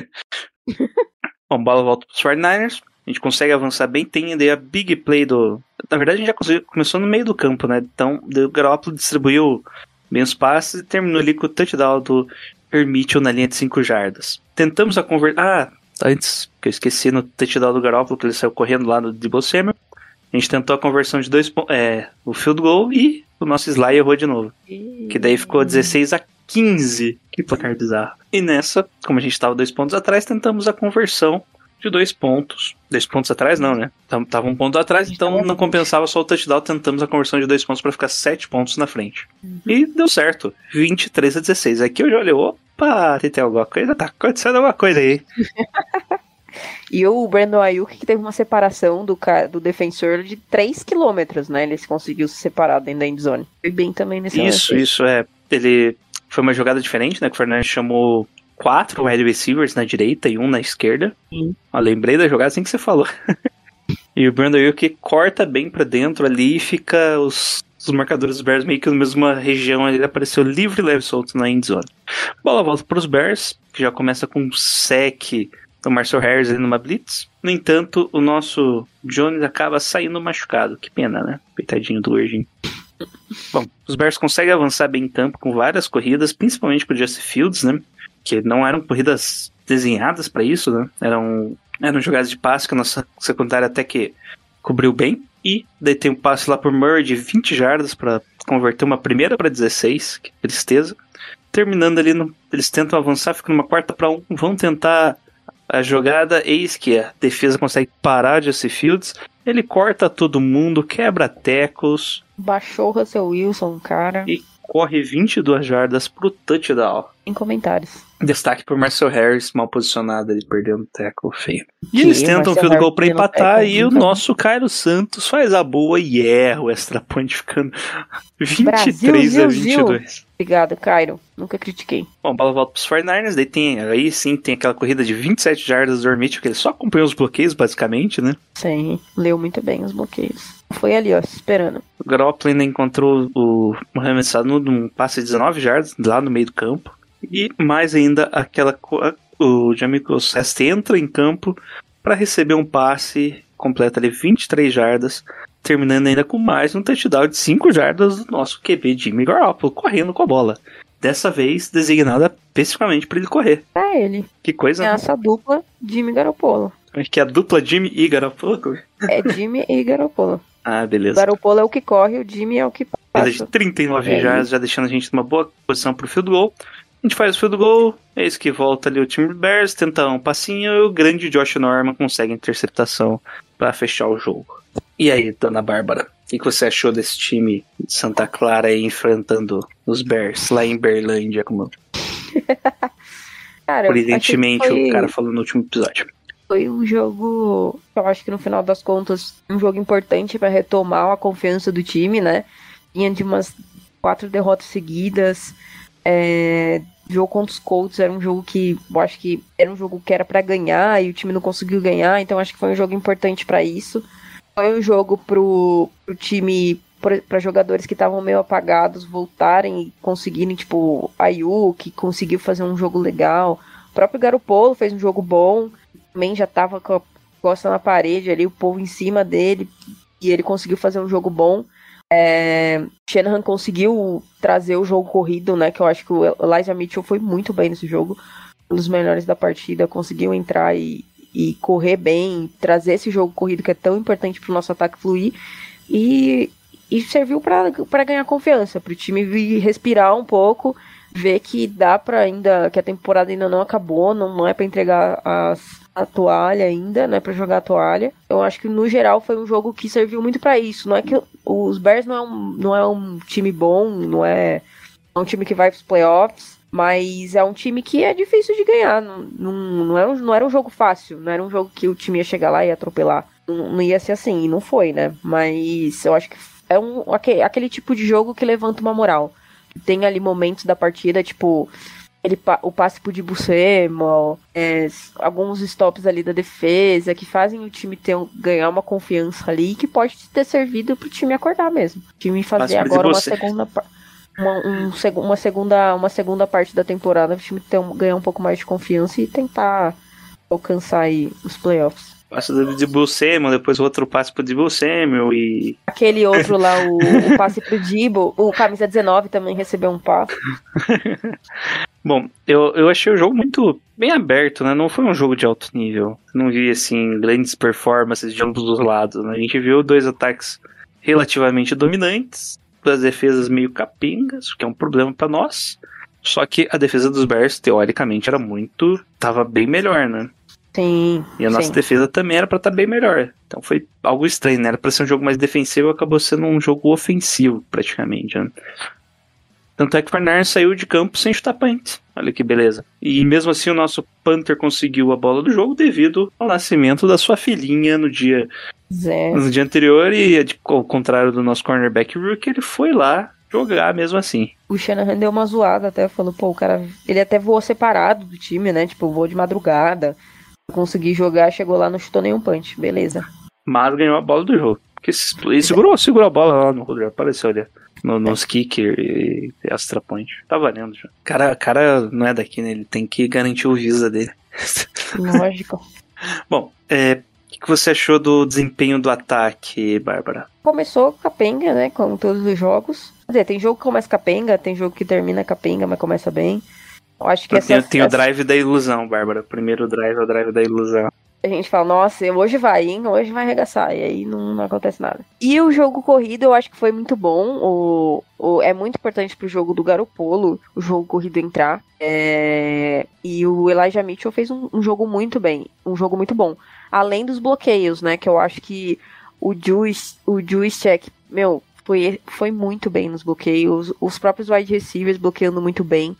D: Bom, bola volta pros forty-niners. A gente consegue avançar bem. Tem ainda a big play do... Na verdade, a gente já conseguiu... começou no meio do campo, né? Então, o Garoppolo distribuiu bem os passes e terminou ali com o touchdown do Mitchell na linha de cinco jardas. Tentamos a conversão... Ah, antes que eu esqueci, no touchdown do Garoppolo, que ele saiu correndo lá no Deebo Samuel. A gente tentou a conversão de dois pontos... É, o field goal e o nosso Sly errou de novo. Que daí ficou dezesseis a quinze. Que placar bizarro. E nessa, como a gente estava dois pontos atrás, tentamos a conversão de dois pontos. Dois pontos atrás não, né? Tava um ponto atrás, então não compensava só o touchdown. Tentamos a conversão de dois pontos para ficar sete pontos na frente. Uhum. E deu certo. vinte e três a dezesseis. Aqui eu já olhei, opa, tem alguma coisa? Tá acontecendo alguma coisa aí.
E: E o Brandon Ayuk, que teve uma separação do, do defensor de três quilômetros, né? Ele conseguiu se separar dentro da endzone. Foi bem também nesse
D: Isso,
E: lance.
D: isso, é. Ele... Foi uma jogada diferente, né? Que o Fernandes chamou quatro wide receivers na direita e um na esquerda.
E: Sim.
D: Ó, lembrei da jogada assim que você falou. E o Brandon Ayuk corta bem pra dentro ali e fica os, os marcadores dos Bears meio que na mesma região, ele apareceu livre, leve e solto na endzone. Bola volta para os Bears, que já começa com um sec do Marcel Harris ali numa blitz. No entanto, o nosso Jones acaba saindo machucado. Que pena, né? Coitadinho do gordinho. Bom, os Bears conseguem avançar bem em campo com várias corridas, principalmente com o Justin Fields, né? Que não eram corridas desenhadas para isso, né? Eram, eram jogadas de passe que a nossa secundária até que cobriu bem. E daí tem um passe lá por Murray de vinte jardas para converter uma primeira para dezesseis. Que tristeza. Terminando ali, no, eles tentam avançar, fica numa quarta para um. Vão tentar a jogada, eis que a defesa consegue parar de Justin Fields. Ele corta todo mundo, quebra tecos.
E: Baixou o Russell Wilson, cara.
D: E corre vinte e duas jardas pro touchdown.
E: Em comentários.
D: Destaque pro Marcel Harris, mal posicionado, ele perdendo o tackle feio. E
E: Que
D: eles tentam o
E: Marcel
D: field goal
E: Harris
D: pra
E: perdendo
D: empatar
E: tackle,
D: e o
E: nunca-
D: nosso Cairo Santos faz a boa e erra o extra point, ficando vinte e
E: Brasil,
D: três a
E: Zil,
D: vinte e dois.
E: Obrigado, Cairo. Nunca critiquei.
D: Bom, bola volta pros quarenta e nove ers, daí tem, aí sim tem aquela corrida de vinte e sete jardas do Mitchell, que ele só acompanhou os bloqueios, basicamente, né?
E: Sim, leu muito bem os bloqueios. Foi ali, ó, esperando.
D: O Garoppolo ainda encontrou o Mohamed Sanu num passe de dezenove jardas, lá no meio do campo. E mais ainda, aquela co- o Jamichael Sest entra em campo para receber um passe, completa ali vinte e três jardas, terminando ainda com mais um touchdown de cinco jardas do nosso Q B Jimmy Garoppolo, correndo com a bola. Dessa vez designada especificamente para ele correr.
E: Pra ele.
D: Que coisa,
E: É
D: né?
E: essa dupla Jimmy Garoppolo.
D: Acho que é a dupla Jimmy e Garoppolo.
E: É Jimmy e Garoppolo.
D: Ah,
E: O
D: beleza.
E: Garoppolo é o que corre, o Jimmy é o que
D: Coisa de
E: passa.
D: trinta e nove
E: É
D: jardas, já deixando a gente numa boa posição pro field goal. A gente faz o field goal, é isso que volta ali o time do Bears, tenta um passinho e o grande Josh Norman consegue a interceptação para fechar o jogo. E aí, dona Bárbara, o que que você achou desse time de Santa Clara aí enfrentando os Bears lá em Berlândia, como
E: Cara,
D: evidentemente
E: achei que foi,
D: o cara falou no último episódio?
E: foi um jogo, eu acho que no final das contas, um jogo importante pra retomar a confiança do time, né? Vinha de umas quatro derrotas seguidas. É, jogo contra os Colts era um jogo que eu acho que era um jogo que era pra ganhar e o time não conseguiu ganhar, então acho que foi um jogo importante pra isso. Foi um jogo pro, pro time, para jogadores que estavam meio apagados voltarem e conseguirem, tipo, Ayuk, que conseguiu fazer um jogo legal. O próprio Garoppolo fez um jogo bom, também já tava com a costa na parede ali, o povo em cima dele, e ele conseguiu fazer um jogo bom. É, Shanahan conseguiu trazer o jogo corrido, né? Que eu acho que o Elijah Mitchell foi muito bem nesse jogo, um dos melhores da partida, conseguiu entrar e, e correr bem, trazer esse jogo corrido que é tão importante pro nosso ataque fluir, e, e serviu para ganhar confiança, pro time vir respirar um pouco, ver que dá para ainda, que a temporada ainda não acabou, não, não é para entregar as, a toalha ainda, não é para jogar a toalha. Eu acho que no geral foi um jogo que serviu muito para isso. Não é que os Bears não é um, não é um time bom, não é, é um time que vai pros playoffs, mas é um time que é difícil de ganhar. Não, não, não, era um, não era um jogo fácil, não era um jogo que o time ia chegar lá e ia atropelar. Não, não ia ser assim, e não foi, né? Mas eu acho que é um, aquele, aquele tipo de jogo que levanta uma moral. Tem ali momentos da partida, tipo, ele, o passe pro Deebo Samuel, é, alguns stops ali da defesa, que fazem o time ter, ganhar uma confiança ali, que pode ter servido pro time acordar mesmo. O time fazer agora uma segunda, uma, um, uma, segunda, uma segunda parte da temporada, o time ter, ganhar um pouco mais de confiança e tentar alcançar aí os playoffs.
D: Passe do Deebo Samuel, depois outro passe pro Deebo Samuel e...
E: Aquele outro lá, o, o passe pro Deebo, o camisa dezenove também recebeu um passe.
D: Bom, eu, eu achei o jogo muito bem aberto, né? Não foi um jogo de alto nível. Não vi, assim, grandes performances de ambos os lados, né? A gente viu dois ataques relativamente dominantes, duas defesas meio capengas, o que é um problema pra nós. Só que a defesa dos Bears, teoricamente, era muito... Tava bem melhor, né?
E: Sim,
D: e a nossa
E: sim.
D: defesa também era pra estar bem melhor. Então foi algo estranho, né? Era pra ser um jogo mais defensivo, acabou sendo um jogo ofensivo, praticamente, né? Tanto é que o Farnar saiu de campo sem chutar punt. Olha que beleza. E mesmo assim o nosso punter conseguiu a bola do jogo devido ao nascimento da sua filhinha no dia,
E: Zé.
D: no dia anterior. E ao contrário do nosso cornerback Rook, ele foi lá jogar mesmo assim.
E: O Shanahan deu uma zoada até, falou, pô, o cara, ele até voou separado do time, né? Tipo, voou de madrugada. Consegui jogar, chegou lá, não chutou nenhum punch, beleza.
D: Mas ganhou a bola do jogo. Que ele segurou, segurou a bola lá no Rodrigo, apareceu ali. No, nos kicker e extra point. Tá valendo já. Cara, cara não é daqui, né? Ele tem que garantir o visa dele.
E: Lógico.
D: Bom, é, o que, que você achou do desempenho do ataque, Bárbara?
E: Começou capenga, né? Como todos os jogos. Quer dizer, tem jogo que começa capenga, tem jogo que termina capenga, mas começa bem. Eu acho que essa,
D: tem, tem
E: essa...
D: o drive da ilusão, Bárbara. Primeiro drive é o drive da ilusão.
E: A gente fala, nossa, hoje vai, hein? Hoje vai arregaçar. E aí não, não acontece nada. E o jogo corrido eu acho que foi muito bom. O, o, é muito importante pro jogo do Garoppolo, o jogo corrido entrar. É, e o Elijah Mitchell fez um, um jogo muito bem. Um jogo muito bom. Além dos bloqueios, né? Que eu acho que o Juice, o Juice Check, meu, foi, foi muito bem nos bloqueios. Os próprios wide receivers bloqueando muito bem.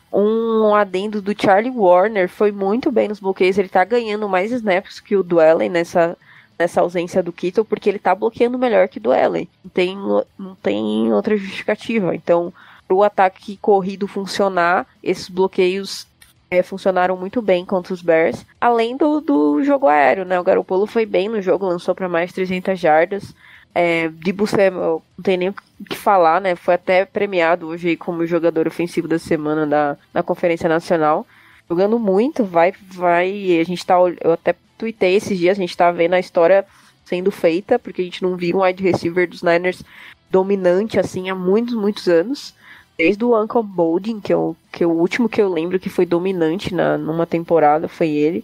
E: Um adendo do Charlie Warner foi muito bem nos bloqueios. Ele tá ganhando mais snaps que o Dwellen nessa, nessa ausência do Kittle, porque ele tá bloqueando melhor que o Dwellen. Não tem, não tem outra justificativa. Então, o ataque corrido funcionar, esses bloqueios é, funcionaram muito bem contra os Bears. Além do, do jogo aéreo, né? O Garoppolo foi bem no jogo, lançou para mais de trezentas jardas. É, Deebo Samuel, não tem nem o que falar, né? Foi até premiado hoje como jogador ofensivo da semana da, da Conferência Nacional. Jogando muito, vai, vai. A gente tá. Eu até tuitei esses dias, a gente tá vendo a história sendo feita, porque a gente não viu um wide receiver dos Niners dominante assim há muitos, muitos anos. Desde o Uncle Boldin, que, eu, que o último que eu lembro que foi dominante na, numa temporada foi ele.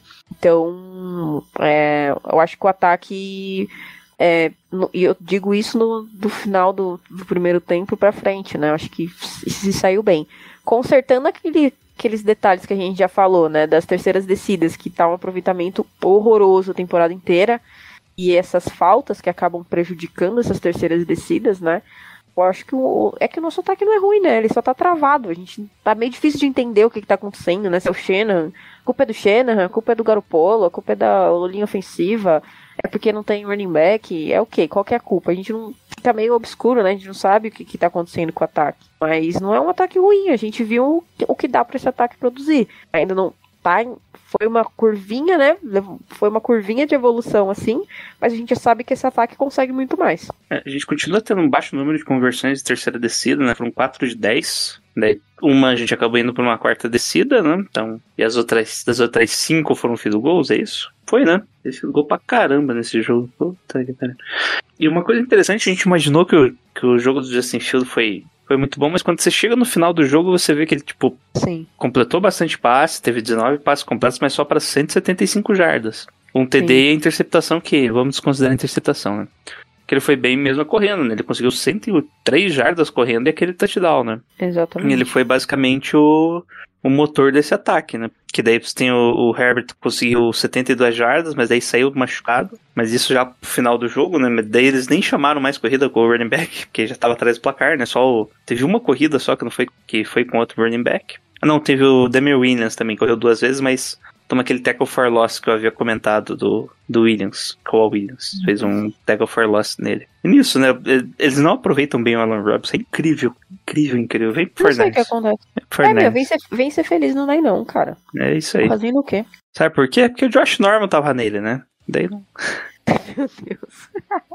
E: Então, é, eu acho que o ataque. É, no, e eu digo isso no, do final do, do primeiro tempo pra frente, né? Eu acho que se saiu bem. Consertando aquele, aqueles detalhes que a gente já falou, né? Das terceiras descidas, que tá um aproveitamento horroroso a temporada inteira. E essas faltas que acabam prejudicando essas terceiras descidas, né? Eu acho que o, é que o nosso ataque não é ruim, né? Ele só tá travado. A gente tá meio difícil de entender o que, que tá acontecendo, né? Se é o Shanahan, a culpa é do Shanahan, a culpa é do Garoppolo, a culpa é da linha ofensiva. É porque não tem running back, é o quê? Qual que é a culpa? A gente não fica meio obscuro, né? A gente não sabe o que, que tá acontecendo com o ataque. Mas não é um ataque ruim, a gente viu o que dá pra esse ataque produzir. Ainda não tá, foi uma curvinha, né? Foi uma curvinha de evolução, assim, mas a gente já sabe que esse ataque consegue muito mais.
D: É, a gente continua tendo um baixo número de conversões de terceira descida, né? Foram quatro de dez. Daí uma a gente acabou indo pra uma quarta descida, né? Então, e as outras, das outras cinco foram field goals, é isso? Foi, né? Ele field goal pra caramba nesse jogo. Puta que pariu. E uma coisa interessante, a gente imaginou que o, que o jogo do Justin Fields foi, foi muito bom, mas quando você chega no final do jogo, você vê que ele, tipo,
E: Sim.
D: completou bastante passes, teve dezenove passes completos, mas só para cento e setenta e cinco jardas. Um T D
E: Sim.
D: e a interceptação que, vamos desconsiderar a interceptação, né? Que ele foi bem mesmo correndo, né? Ele conseguiu cento e três jardas correndo e aquele touchdown, né?
E: Exatamente.
D: E ele foi basicamente o, o motor desse ataque, né? Que daí você tem o, o Herbert que conseguiu setenta e duas jardas, mas daí saiu machucado. Mas isso já pro final do jogo, né? Daí eles nem chamaram mais corrida com o running back, porque já tava atrás do placar, né? Só o, teve uma corrida só que não foi, que foi com outro running back. Ah, não, teve o Demir Williams também, correu duas vezes, mas toma aquele tackle for loss que eu havia comentado do, do Williams, Kawhi Williams. Fez um tackle for loss nele. E nisso, né? Eles não aproveitam bem o Allen Robinson. É incrível, incrível, incrível. Vem pro
E: Não sei o que
D: Fortnite.
E: acontece. É, meu, vem ser, vem ser feliz não dá não, cara.
D: É isso aí.
E: Fazendo o quê?
D: Sabe por quê? Porque o Josh Norman tava nele, né? Daí não.
E: Meu Deus.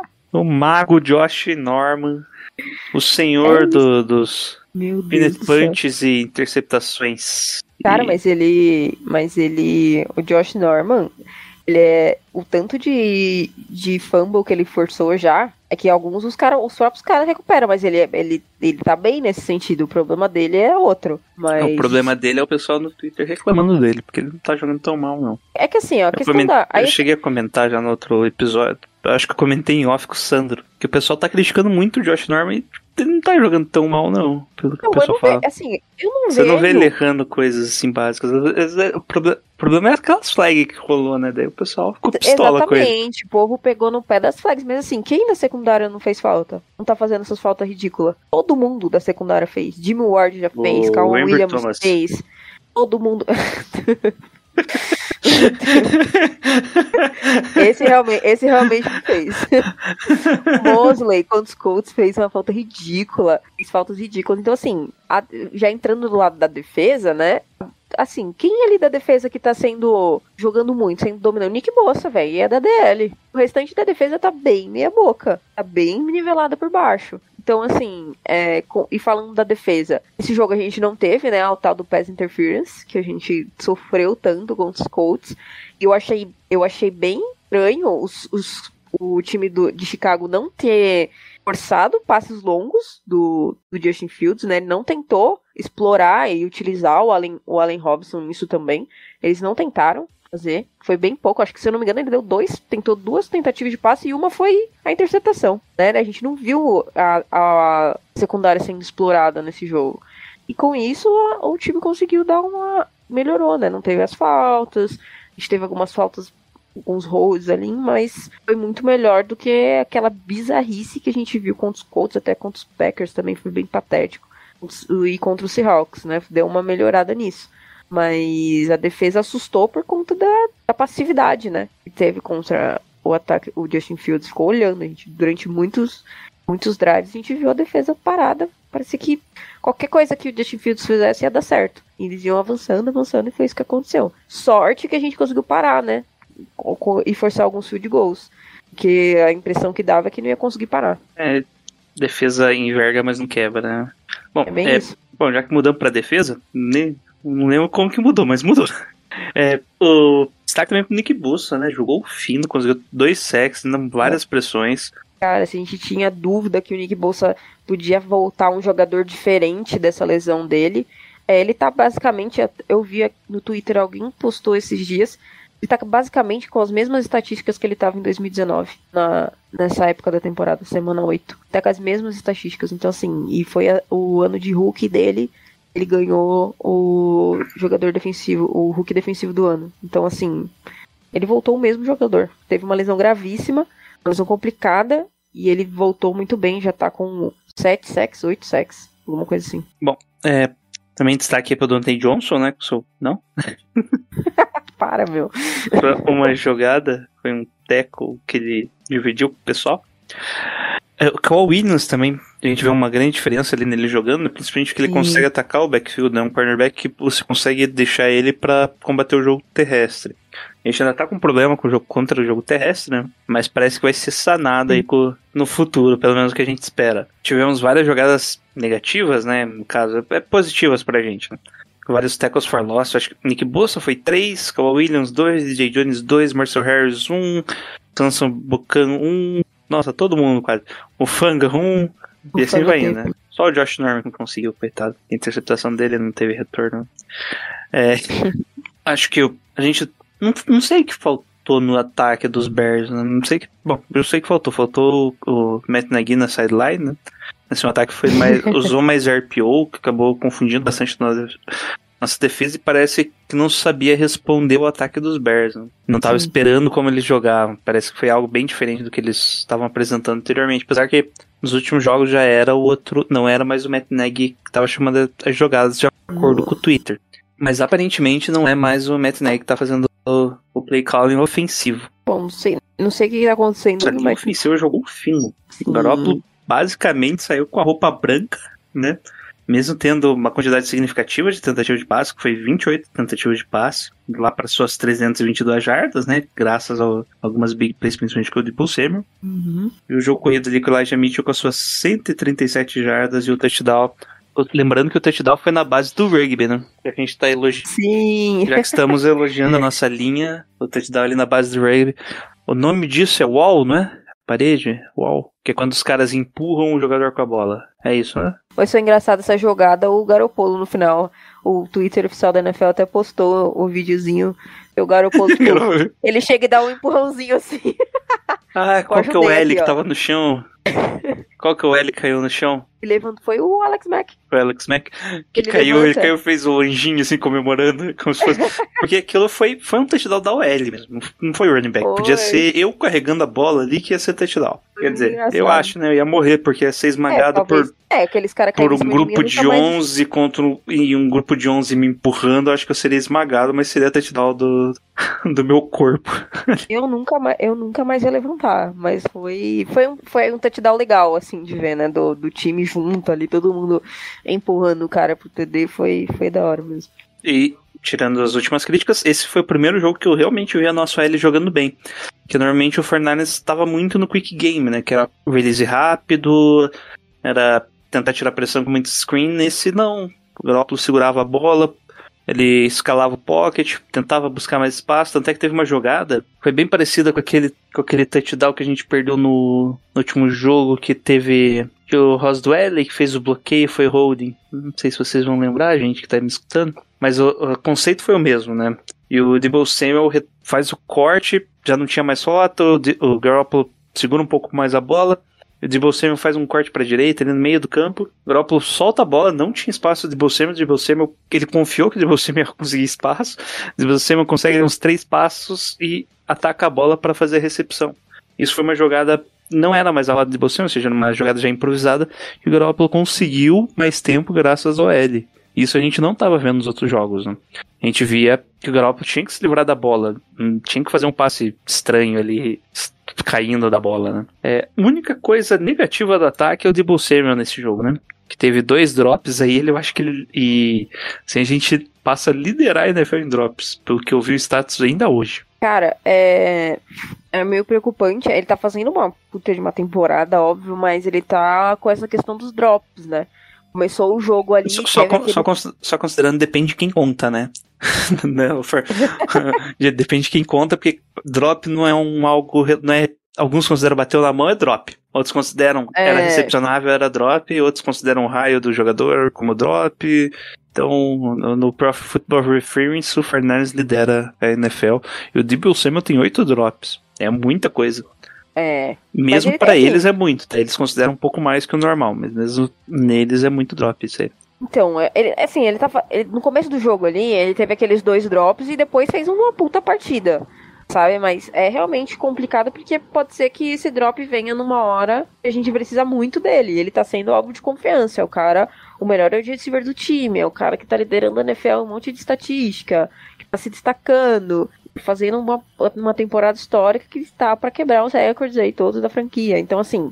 D: O mago Josh Norman. O senhor
E: É
D: do, dos
E: Meu Deus
D: peanut
E: do céu.
D: punches e interceptações.
E: Cara,
D: E-
E: mas ele. Mas ele. O Josh Norman, ele é. O tanto de, de fumble que ele forçou já. É que alguns os, cara, os próprios caras recuperam, mas ele, é- ele, ele tá bem nesse sentido. O problema dele é outro. Mas.
D: O problema dele é o pessoal no Twitter reclamando dele, porque ele não tá jogando tão mal, não.
E: É que assim, ó, a
D: Eu,
E: questão
D: coment-
E: da. Aí,
D: eu cheguei a comentar já no outro episódio. Eu acho que eu comentei em off com o Sandro. Que o pessoal tá criticando muito o Josh Norman e ele não tá jogando tão mal, não. Pelo que
E: não,
D: o
E: eu
D: pessoal
E: não
D: fala.
E: vejo, assim, eu não
D: Você
E: vejo.
D: não vê ele errando coisas assim básicas. Às vezes, é- O proble- o problema é aquelas flags que rolou, né? Daí o pessoal ficou pistola com ele.
E: Exatamente, o povo pegou no pé das flags, mas assim, quem na secundária não fez falta? Não tá fazendo essas faltas ridículas? Todo mundo da secundária fez. Jimmy Ward já fez,
D: O
E: Calvin
D: Amber
E: Williams
D: Thomas.
E: fez. Todo mundo. esse, realmente, esse realmente fez. Mosley, contra os Colts, fez uma falta ridícula. Fez faltas ridículas. Então, assim, a- já entrando do lado da defesa, né? assim, quem ali da defesa que tá sendo, jogando muito, sendo dominante? Nick Bosa, velho, e é da D L. O restante da defesa tá bem meia boca, tá bem nivelada por baixo. Então, assim, é, com, e falando da defesa, esse jogo a gente não teve, né, o tal do Pass Interference, que a gente sofreu tanto contra os Colts. E eu achei, eu achei bem estranho os, os, o time do, de Chicago não ter forçado passes longos do, do Justin Fields, né? Ele não tentou explorar e utilizar o Allen, o Allen Robinson nisso também. Eles não tentaram fazer. Foi bem pouco. Acho que, se eu não me engano, ele deu dois, tentou duas tentativas de passe e uma foi a interceptação, né? A gente não viu a, a secundária sendo explorada nesse jogo. E com isso, a, o time conseguiu dar uma... melhorou, né? Não teve as faltas. A gente teve algumas faltas, alguns holds ali, mas foi muito melhor do que aquela bizarrice que a gente viu contra os Colts, até contra os Packers também foi bem patético. E contra os Seahawks, né? Deu uma melhorada nisso. Mas a defesa assustou por conta da, da passividade, né? Que teve contra o ataque. O Justin Fields ficou olhando. A gente, durante muitos, muitos drives, a gente viu a defesa parada. Parecia que qualquer coisa que o Justin Fields fizesse ia dar certo. E eles iam avançando, avançando, e foi isso que aconteceu. Sorte que a gente conseguiu parar, né? E forçar alguns field goals. Porque a impressão que dava é que não ia conseguir parar.
D: É, defesa enverga, mas não quebra, né? Bom,
E: É bem
D: é,
E: isso.
D: Bom, já que mudamos pra defesa, nem, não lembro como que mudou, mas mudou. É, o destaque também pro Nick Bosa, né? Jogou fino, conseguiu dois sacks, várias pressões.
E: Cara, se a gente tinha dúvida que o Nick Bosa podia voltar um jogador diferente dessa lesão dele, é, ele tá basicamente, eu vi no Twitter, alguém postou esses dias, ele tá basicamente com as mesmas estatísticas que ele tava em dois mil e dezenove, na, nessa época da temporada, semana oito. Tá com as mesmas estatísticas, então assim, e foi a, o ano de rookie dele, ele ganhou o jogador defensivo, o rookie defensivo do ano. Então assim, ele voltou o mesmo jogador. Teve uma lesão gravíssima, uma lesão complicada, e ele voltou muito bem, já tá com sete sacks, oito sacks, alguma coisa assim.
D: Bom, é, também destaque para o Dante Johnson, né? Sou, não?
E: Para, meu.
D: Foi uma jogada, foi um tackle que ele dividiu com o pessoal. É, o Kawhi Williams também, a gente vê uma grande diferença ali nele jogando, principalmente que ele
E: Sim.
D: consegue atacar o backfield, né? Um cornerback que você consegue deixar ele para combater o jogo terrestre. A gente ainda tá com um problema com o jogo contra o jogo terrestre, né? Mas parece que vai ser sanado aí com, no futuro, pelo menos o que a gente espera. Tivemos várias jogadas negativas, né? No caso, é positivas pra gente, né? Vários tackles for loss. Acho que Nick Bosa foi três, Kawhi Williams dois, D J Jones dois, Marcel Harris um, Samson Buchan um. Nossa, todo mundo quase. O Fanga um, e assim vai indo, né? Só o Josh Norman que conseguiu, coitado. A interceptação dele não teve retorno. É, acho que eu, a gente... Não, não sei o que faltou no ataque dos Bears, né? Não sei que... Bom, eu sei que faltou. Faltou o, o Matt Nagy na sideline, né? Esse um ataque foi mais, usou mais R P O, que acabou confundindo bastante nossa, nossa defesa, e parece que não sabia responder o ataque dos Bears, né? Não estava esperando como eles jogavam. Parece que foi algo bem diferente do que eles estavam apresentando anteriormente. Apesar que nos últimos jogos já era o outro... Não era mais o Matt Nagy que estava chamando as jogadas de acordo com o Twitter. Mas aparentemente não é mais o Matt Nagy que está fazendo o, o play calling ofensivo.
E: Bom, não sei, não sei o que está acontecendo.
D: Essa linha ofensiva jogou fino. O Garoppolo basicamente saiu com a roupa branca, né? Mesmo tendo uma quantidade significativa de tentativas de passe, que foi vinte e oito tentativas de passe, lá para suas trezentas e vinte e duas jardas, né? Graças a algumas big plays, principalmente com o Deebo Samuel. Uhum. E o jogo corrido ali com o Elijah Mitchell com as suas cento e trinta e sete jardas e o touchdown. Lembrando que o touchdown foi na base do rugby, né? Já que a gente tá elogiando.
E: Sim.
D: Já que estamos elogiando a nossa linha, o touchdown ali na base do rugby. O nome disso é wall, não é? Parede? Wall. Que é quando os caras empurram o jogador com a bola. É isso, né?
E: Foi só engraçado essa jogada, o Garoppolo no final. O Twitter oficial da N F L até postou o videozinho. O Garoppolo, tipo, ele chega e dá um empurrãozinho assim.
D: Ah, qual que é o L que tava no chão? Qual que é o L que caiu no chão?
E: Ele levantou, foi o Alex Mack.
D: Foi o Alex Mack. Que ele caiu, levanta. Ele caiu e fez o anjinho assim, comemorando. Como se fosse... Porque aquilo foi, foi um touchdown da O L mesmo. Não foi o running back. Foi. Podia ser eu carregando a bola ali que ia ser touchdown. Quer dizer, engraçado. Eu acho, né? Eu ia morrer porque ia ser esmagado é, por,
E: é, aqueles cara
D: por um grupo de onze mais... contra um, e um grupo de onze me empurrando. Eu acho que eu seria esmagado, mas seria touchdown do, do meu corpo.
E: Eu nunca, mais, eu nunca mais ia levantar, mas foi, foi, um, foi um touchdown legal, assim, de ver, né? Do, do time junto ali, todo mundo empurrando o cara pro T D, foi, foi da hora mesmo.
D: E tirando as últimas críticas, esse foi o primeiro jogo que eu realmente vi a nossa O L jogando bem. Porque normalmente o Fernandes estava muito no quick game, né? Que era release rápido, era tentar tirar pressão com muito screen. Nesse não. O Garoppolo segurava a bola, ele escalava o pocket, tentava buscar mais espaço. Tanto é que teve uma jogada, foi bem parecida com aquele, com aquele touchdown que a gente perdeu no, no último jogo, que teve que o Roswell que fez o bloqueio, foi holding. Não sei se vocês vão lembrar, gente que tá me escutando. Mas o, o conceito foi o mesmo, né? E o Deebo Samuel faz o corte, já não tinha mais rota, o, o Garoppolo segura um pouco mais a bola. O Deebo Samuel faz um corte para a direita, ali no meio do campo. O Garoppolo solta a bola, não tinha espaço do Deebo Samuel. O Deebo Samuel, ele confiou que o Deebo Samuel ia conseguir espaço. O Deebo Samuel consegue uns três passos e ataca a bola para fazer a recepção. Isso foi uma jogada, não era mais a roda do Deebo Samuel, ou seja, uma jogada já improvisada. E o Garoppolo conseguiu mais tempo graças ao O L. Isso a gente não estava vendo nos outros jogos, né? A gente via que o Garoppolo tinha que se livrar da bola, tinha que fazer um passe estranho ali, caindo da bola, né? É, a única coisa negativa do ataque é o Deebo Samuel nesse jogo, né? Que teve dois drops aí, ele, eu acho que ele... E assim, a gente passa a liderar a N F L em drops, pelo que eu vi o status ainda hoje.
E: Cara, é... é meio preocupante. Ele tá fazendo uma puta de uma temporada, óbvio, mas ele tá com essa questão dos drops, né? Começou o jogo ali...
D: Só, só,
E: aquele...
D: só, só considerando, depende de quem conta, né? Não, for... Depende de quem conta, porque drop não é um algo... Não é... Alguns consideram bateu na mão, é drop. Outros consideram
E: é...
D: era recepcionável, era drop. Outros consideram o raio do jogador como drop. Então, no Pro Football Reference, o Fernandes lidera a N F L. E o Deebo Samuel tem oito drops. É muita coisa.
E: É.
D: Mesmo
E: ele
D: pra
E: tem...
D: eles é muito, tá? Eles consideram um pouco mais que o normal, mas mesmo neles é muito drop isso aí.
E: Então, ele, assim, ele tá ele, no começo do jogo ali, ele teve aqueles dois drops e depois fez uma puta partida, sabe? Mas é realmente complicado porque pode ser que esse drop venha numa hora que a gente precisa muito dele. Ele tá sendo algo de confiança, é o cara, o melhor wide receiver do time, é o cara que tá liderando a N F L um monte de estatística, que tá se destacando, fazendo uma, uma temporada histórica que está para quebrar os recordes aí todos da franquia. Então, assim,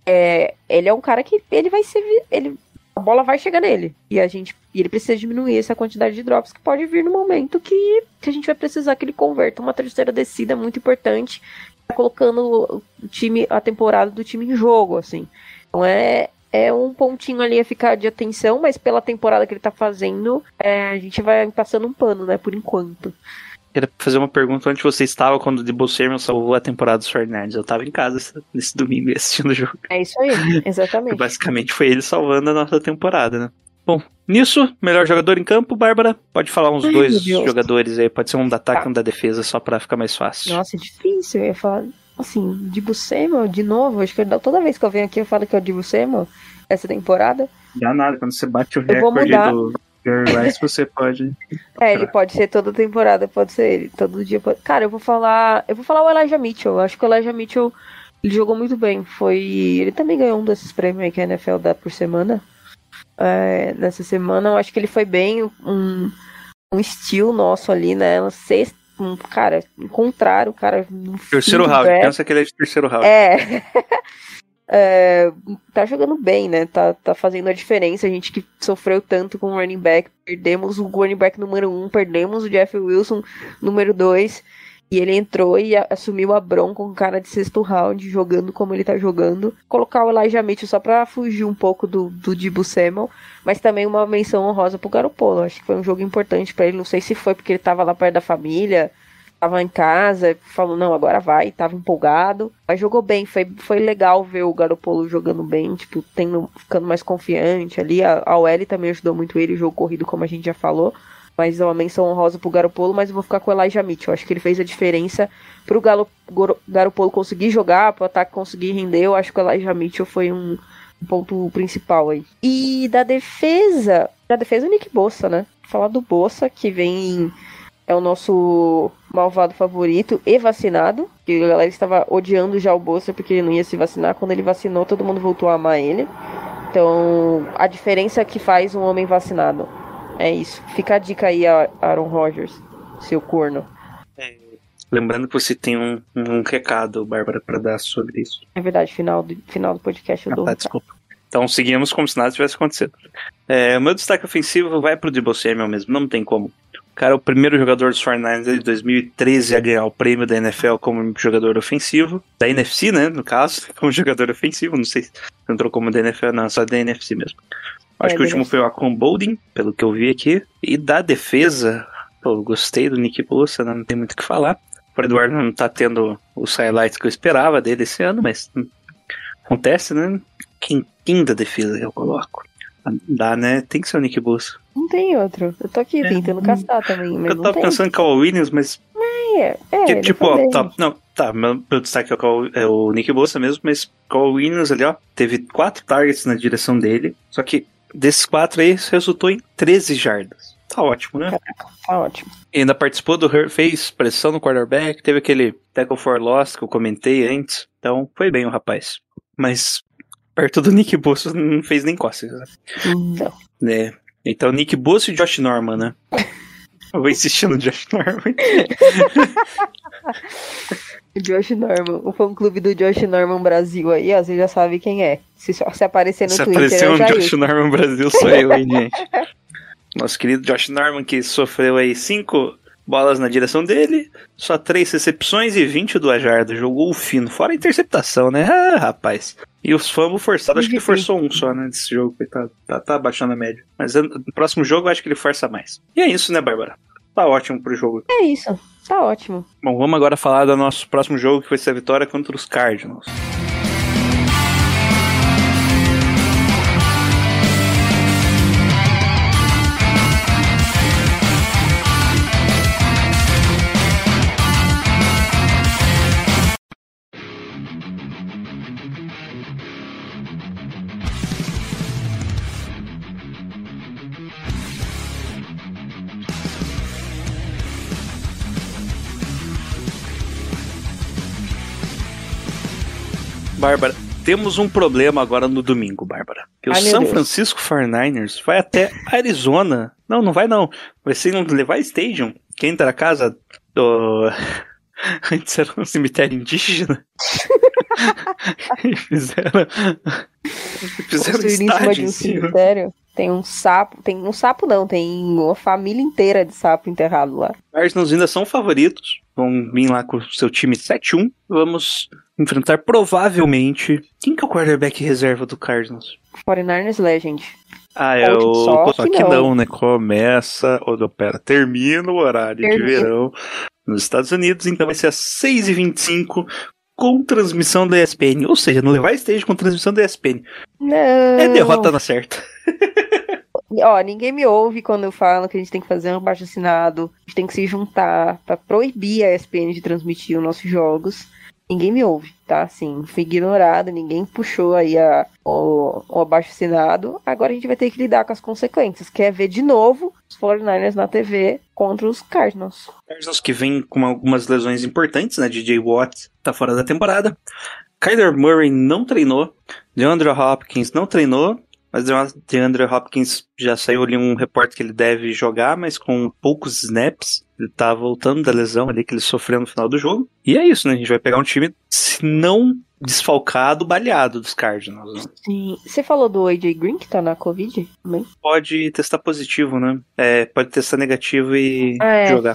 E: é, ele é um cara que ele vai ser... Ele, a bola vai chegar nele. E a gente e ele precisa diminuir essa quantidade de drops que pode vir no momento que, que a gente vai precisar que ele converta uma terceira descida muito importante, tá colocando o time, a temporada do time em jogo, assim. Então é... É um pontinho ali a ficar de atenção, mas pela temporada que ele tá fazendo, é, a gente vai passando um pano, né, por enquanto.
D: Queria fazer uma pergunta onde você estava quando o Deebo Samuel salvou a temporada dos Fernandes. Eu estava em casa nesse domingo assistindo o jogo.
E: É isso aí, exatamente.
D: Basicamente foi ele salvando a nossa temporada, né? Bom, nisso, melhor jogador em campo, Bárbara, pode falar uns Ai, dois jogadores aí, pode ser um da ataque e tá. um da defesa, só pra ficar mais fácil.
E: Nossa, é difícil, eu ia falar, assim, Deebo Samuel, de novo, acho que toda vez que eu venho aqui eu falo que é o Deebo Samuel, essa temporada.
D: Dá nada, quando você bate o recorde do... Jerry Rice, você pode...
E: É, ele pode ser toda temporada, pode ser ele, todo dia pode... Cara, eu vou falar, eu vou falar o Elijah Mitchell, eu acho que o Elijah Mitchell, ele jogou muito bem, foi... Ele também ganhou um desses prêmios aí que a N F L dá por semana, é, nessa semana, eu acho que ele foi bem, um, um steal nosso ali, né, sexta, um, cara, encontraram o cara... No
D: terceiro round, pensa que ele é de terceiro round.
E: É... É, tá jogando bem, né? Tá, tá fazendo a diferença. A gente que sofreu tanto com o running back, perdemos o running back número um, perdemos o Jeff Wilson número dois, e ele entrou e a, assumiu a bronca com um cara de sexto round, jogando como ele tá jogando. Colocar o Elijah Mitchell só pra fugir um pouco do, do Deebo Samuel, mas também uma menção honrosa pro Garoppolo. Acho que foi um jogo importante pra ele. Não sei se foi porque ele tava lá perto da família, tava em casa, falou, não, agora vai, tava empolgado, mas jogou bem, foi, foi legal ver o Garoppolo jogando bem, tipo, tendo, ficando mais confiante ali, a, a O L também ajudou muito ele, o jogo corrido, como a gente já falou, mas é uma menção honrosa pro Garoppolo, mas eu vou ficar com o Elijah Mitchell, acho que ele fez a diferença pro Galo, Garoppolo conseguir jogar, pro ataque conseguir render, eu acho que o Elijah Mitchell foi um, um ponto principal aí. E da defesa, da defesa o Nick Bosa, né, falar do Bosa, que vem... É o nosso malvado favorito e vacinado. Que a galera estava odiando já o Bosa porque ele não ia se vacinar. Quando ele vacinou, todo mundo voltou a amar ele. Então, a diferença que faz um homem vacinado. É isso. Fica a dica aí, Aaron Rodgers, seu corno.
D: É, lembrando que você tem um, um recado, Bárbara, para dar sobre isso.
E: É verdade, final do, final do podcast eu
D: ah,
E: dou.
D: Tá, desculpa. Então seguimos como se nada tivesse acontecido. É, o meu destaque ofensivo vai pro Deebo Samuel mesmo, não tem como. O cara é o primeiro jogador dos quarenta e nove de dois mil e treze a ganhar o prêmio da N F L como jogador ofensivo. Da N F C, né, no caso, como jogador ofensivo. Não sei se entrou como da N F L, não, só da N F C mesmo. Acho
E: É,
D: que o último foi o Akon Boldin, pelo que eu vi aqui. E da defesa, pô, eu gostei do Nick Bosa, né, não tem muito o que falar. O Eduardo não tá tendo os highlights que eu esperava dele esse ano, mas hum, acontece, né? Quem, quem da defesa eu coloco? Dá, né? Tem que ser o Nick Bosa.
E: Não tem outro. Eu tô aqui
D: É.
E: tentando caçar também, mas
D: Eu
E: não
D: tava
E: tem.
D: pensando em Kawhi Williams, mas
E: É, é,
D: que,
E: ele
D: tipo,
E: foi
D: ó,
E: bem.
D: tá, não, tá, meu, meu destaque é o, Kawhi- é o Nick Bosa mesmo, mas Kawhi Williams ali, ó, teve quatro targets na direção dele, só que desses quatro aí resultou em treze jardas. Tá ótimo, né?
E: Tá ótimo.
D: E ainda participou do Hurt, fez pressão no quarterback, teve aquele tackle for loss que eu comentei antes, então foi bem o rapaz. Mas perto do Nick Bosa não fez nem cócegas,
E: Não.
D: né? Então Nick Bosa e Josh Norman, né? Eu vou insistir no Josh Norman.
E: Josh Norman, o fã-clube do Josh Norman Brasil aí, ó, você já sabe quem é. Se, se aparecer no
D: Se
E: Twitter,
D: aparecer
E: é o
D: um
E: Jair.
D: Josh Norman Brasil, sou eu, hein, gente. Nosso querido Josh Norman, que sofreu aí cinco bolas na direção dele, só três recepções e vinte e duas jardas. Jogou fino, fora a interceptação, né? Ah, rapaz. E os fumbles forçados, acho que ele forçou um só, né, desse jogo, coitado. Tá, tá abaixando a média. Mas no próximo jogo, eu acho que ele força mais. E é isso, né, Bárbara? Tá ótimo pro jogo.
E: É isso, tá ótimo.
D: Bom, vamos agora falar do nosso próximo jogo, que vai ser a vitória contra os Cardinals. Bárbara, temos um problema agora no domingo, Bárbara. Que o
E: Ai, meu
D: San
E: Deus.
D: Francisco forty-niners vai até Arizona. Não, não vai não. Vai ser no Levi Stadium, que entra a casa do... Antes era um cemitério indígena. E fizeram... Fizeram um
E: Construir em cima
D: estádio
E: de um
D: em cima.
E: cemitério. Tem um sapo, tem um sapo não, tem uma família inteira de sapo enterrado lá.
D: Os Cardinals ainda são favoritos. Vão vir lá com o seu time sete a um. Vamos enfrentar provavelmente... Quem que é o quarterback reserva do Cardinals?
E: forty-niners Legend.
D: Ah, é o...
E: Só
D: Só
E: que
D: que
E: não.
D: não, né? Começa... Ou não, pera. Termina o horário de
E: Termina.
D: verão nos Estados Unidos. Então vai ser às seis e vinte e cinco com transmissão da E S P N. Ou seja, no Levi Stage com transmissão da E S P N.
E: Não.
D: É derrota na certa.
E: Ó, ninguém me ouve quando eu falo que a gente tem que fazer um abaixo assinado, a gente tem que se juntar pra proibir a E S P N de transmitir os nossos jogos. Ninguém me ouve, tá? Assim, fui ignorado, ninguém puxou aí a, o, o abaixo assinado. Agora a gente vai ter que lidar com as consequências, que é ver de novo os forty-niners na T V contra os Cardinals.
D: Cardinals que vem com algumas lesões importantes, né? D J Watt tá fora da temporada. Kyler Murray não treinou. DeAndre Hopkins não treinou. Mas o DeAndre Hopkins já saiu ali um repórter que ele deve jogar, mas com poucos snaps. Ele tá voltando da lesão ali que ele sofreu no final do jogo. E é isso, né? A gente vai pegar um time, se não desfalcado, baleado dos Cardinals. Né?
E: Sim. Você falou do A J Green, que tá na Covid também?
D: Pode testar positivo, né? É, pode testar negativo e
E: Ah, é.
D: jogar.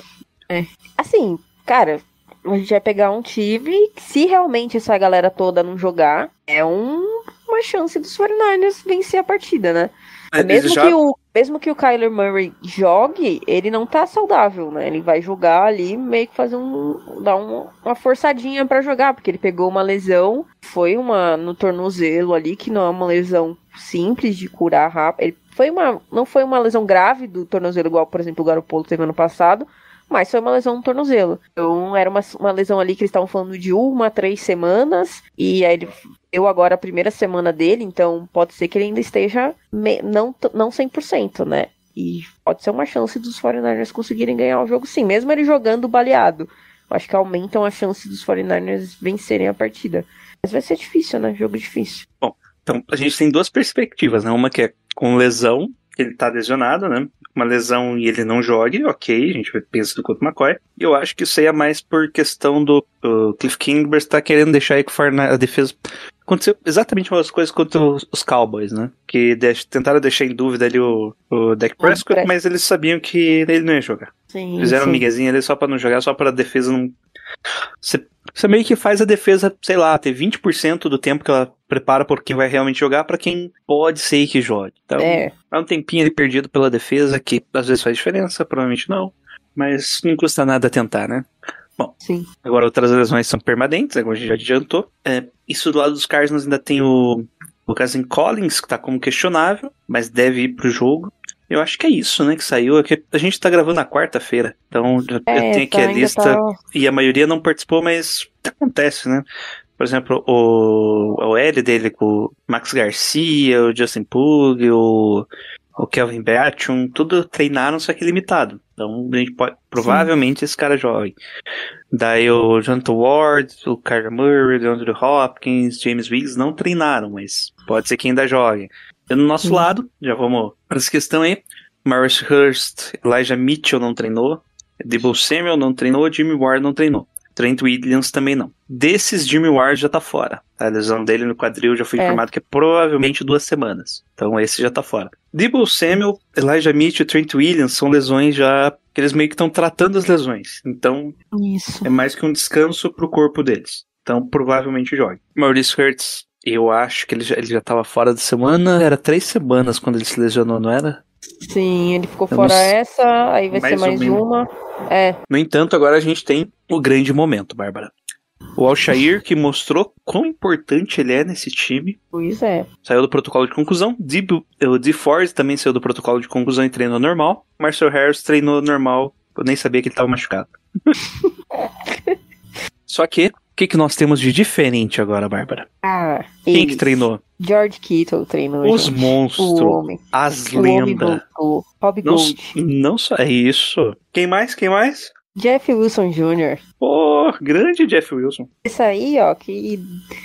E: Assim, cara, a gente vai pegar um time que, se realmente essa galera toda não jogar, é um, uma chance dos forty-niners vencer a partida, né?
D: É,
E: mesmo,
D: já-
E: que o, mesmo que o Kyler Murray jogue, ele não tá saudável, né? Ele vai jogar ali, meio que fazer um... dar um, uma forçadinha pra jogar, porque ele pegou uma lesão, foi uma no tornozelo ali, que não é uma lesão simples de curar rápido. Ele foi uma, não foi uma lesão grave do tornozelo, igual, por exemplo, o Garoppolo teve ano passado, mas foi uma lesão no tornozelo. Então, era uma, uma lesão ali que eles estavam falando de uma a três semanas, e aí ele deu agora a primeira semana dele, então pode ser que ele ainda esteja me, não, t- não cem por cento, né? E pode ser uma chance dos forty-niners conseguirem ganhar o jogo, sim, mesmo ele jogando baleado. Eu acho que aumentam a chance dos forty-niners vencerem a partida. Mas vai ser difícil, né? Jogo difícil.
D: Então, a gente tem duas perspectivas, né? Uma que é com lesão, ele tá lesionado, né? Uma lesão e ele não jogue, ok, a gente pensa no contra o McCoy. E eu acho que isso aí é mais por questão do o Cliff Kingsbury tá querendo deixar aí que a defesa... Aconteceu exatamente umas coisas contra os, os Cowboys, né? Que deix, tentaram deixar em dúvida ali o, o Dak Prescott,
E: Prescott.
D: mas eles sabiam que ele não ia jogar.
E: Sim,
D: Fizeram
E: sim.
D: um miguezinho ali só pra não jogar, só pra defesa não... Você, você meio que faz a defesa, sei lá, ter vinte por cento do tempo que ela prepara por quem vai realmente jogar pra quem pode ser que jogue. Então,
E: É.
D: é um tempinho ali perdido pela defesa, que às vezes faz diferença, provavelmente não. Mas não custa nada tentar, né? Bom,
E: Sim.
D: agora outras lesões são permanentes, agora a gente já adiantou. É, isso do lado dos Cardinals ainda tem o Lucas Collins, que tá como questionável, mas deve ir pro jogo. Eu acho que é isso, né, que saiu. É que a gente tá gravando na quarta-feira, então eu
E: É,
D: tenho aqui
E: tá,
D: a
E: ainda
D: lista,
E: tá-
D: e a maioria não participou, mas acontece, né? Por exemplo, o, o L dele com o Max Garcia, o Justin Pug, o, o Kelvin Beachum, tudo treinaram, só que limitado. Então, a gente pode, provavelmente esse cara joga. Daí o Jonathan Ward, o Kyler Murray, o Andrew Hopkins, James Wiggs não treinaram, mas pode ser que ainda jogue. E no nosso
E: Sim.
D: lado, já vamos para essa questão aí. Maurice Hurst, Elijah Mitchell não treinou, Deebo Samuel não treinou, Jimmy Ward não treinou. Trent Williams também não. Desses, Jimmy Ward já tá fora. A lesão dele no quadril já foi
E: É.
D: informado que é provavelmente duas semanas. Então esse já tá fora. Deebo Samuel, Elijah Mitchell e Trent Williams são lesões já que eles meio que estão tratando as lesões. Então
E: Isso.
D: é mais que um descanso pro corpo deles. Então provavelmente jogue. Maurice Hurts, eu acho que ele já, ele já tava fora da semana. Era três semanas quando ele se lesionou, não era?
E: Sim, ele ficou
D: Eu
E: fora
D: não sei.
E: essa, aí vai
D: Mais
E: ser
D: ou
E: mais
D: menos.
E: uma. É,
D: No entanto, agora a gente tem o grande momento, Bárbara. O Alshair, que mostrou quão importante ele é nesse time,
E: pois é.
D: saiu do protocolo de conclusão. Debo- O D Ford também saiu do protocolo de conclusão e treinou normal. Marcel Harris treinou normal. Eu nem sabia que ele estava machucado. Só que, o que, que nós temos de diferente agora, Bárbara?
E: Ah,
D: Quem
E: eles.
D: que treinou?
E: George Kittle treinou.
D: Os
E: gente.
D: monstros,
E: O homem.
D: as
E: O homem
D: lendas.
E: voltou. Rob
D: Não,
E: Gold.
D: não só é isso. Quem mais? Quem mais?
E: Jeff Wilson Júnior
D: Pô, grande Jeff Wilson.
E: Esse aí, ó, que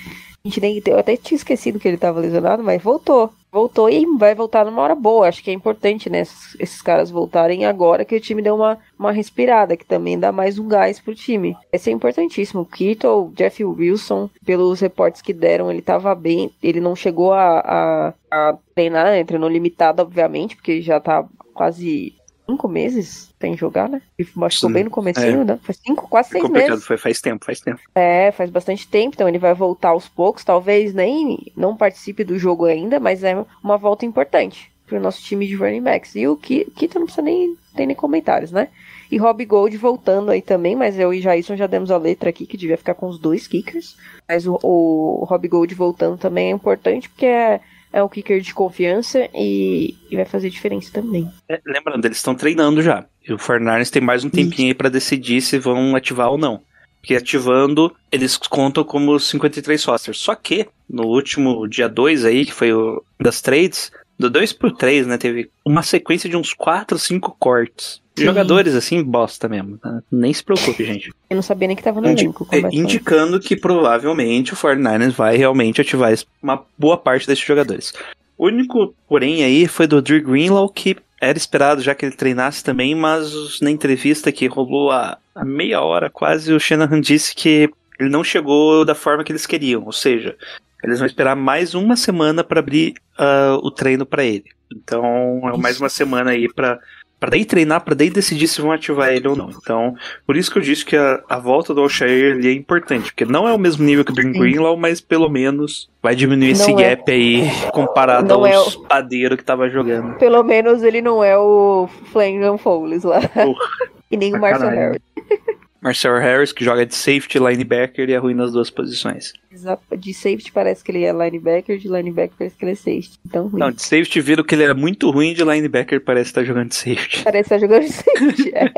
E: a gente nem. Eu até tinha esquecido que ele tava lesionado, mas voltou. Voltou e vai voltar numa hora boa. Acho que é importante, né? Esses, esses caras voltarem agora que o time deu uma, uma respirada, que também dá mais um gás pro time. Esse é importantíssimo. Kittle, Jeff Wilson, pelos reportes que deram, ele tava bem. Ele não chegou a, a, a treinar, né? Treinou limitado, obviamente, porque já tá quase cinco meses sem jogar, né? E machucou
D: Sim,
E: bem no comecinho,
D: é.
E: né? Faz cinco, quase
D: Foi
E: seis
D: complicado,
E: meses.
D: foi faz tempo, faz tempo.
E: É, faz bastante tempo, então ele vai voltar aos poucos. Talvez nem não participe do jogo ainda, mas é uma volta importante pro nosso time de running backs. E o Kittle não precisa nem ter nem comentários, né? E Rob Gold voltando aí também, mas eu e Jason já demos a letra aqui que devia ficar com os dois kickers. Mas o, o Rob Gold voltando também é importante porque é, é um kicker de confiança e, e vai fazer diferença também.
D: É, lembrando, eles estão treinando já. E o Fortnite tem mais um tempinho aí pra decidir se vão ativar ou não. Porque ativando, eles contam como cinquenta e três rosters. Só que, no último dia dois aí, que foi o das trades, do dois por três, né, teve uma sequência de uns quatro, cinco cortes.
E: Sim.
D: Jogadores, assim, bosta mesmo. Né? Nem se preocupe, gente.
E: Eu não sabia nem que tava no
D: Indi-
E: elenco.
D: é,
E: começando.
D: indicando que provavelmente o Fortnite vai realmente ativar es- uma boa parte desses jogadores. O único, porém, aí foi do Drew Greenlaw, que era esperado já que ele treinasse também, mas na entrevista que rolou há, há meia hora quase, o Shanahan disse que ele não chegou da forma que eles queriam, ou seja, eles vão esperar mais uma semana para abrir uh, o treino para ele. Então, é mais uma semana aí para para daí treinar, para daí decidir se vão ativar ele ou não. Então, por isso que eu disse que a, a volta do Alshair ali é importante, porque não é o mesmo nível que o Drew Greenlaw, mas pelo menos vai diminuir esse
E: Não é.
D: gap aí comparado
E: Não é
D: aos
E: o-
D: padeiros que tava jogando.
E: Pelo menos ele não é o Flangan Foles lá.
D: Porra,
E: E nem o
D: pra
E: Marcel
D: caralho.
E: Harris.
D: Marcel Harris, que joga de safety, linebacker e é ruim nas duas posições.
E: Exato. De safety parece que ele é linebacker, de linebacker parece que ele é safety. Então, ruim.
D: Não, de safety viram que ele era muito ruim, de linebacker parece estar jogando de safety.
E: Parece que tá jogando de safety. É.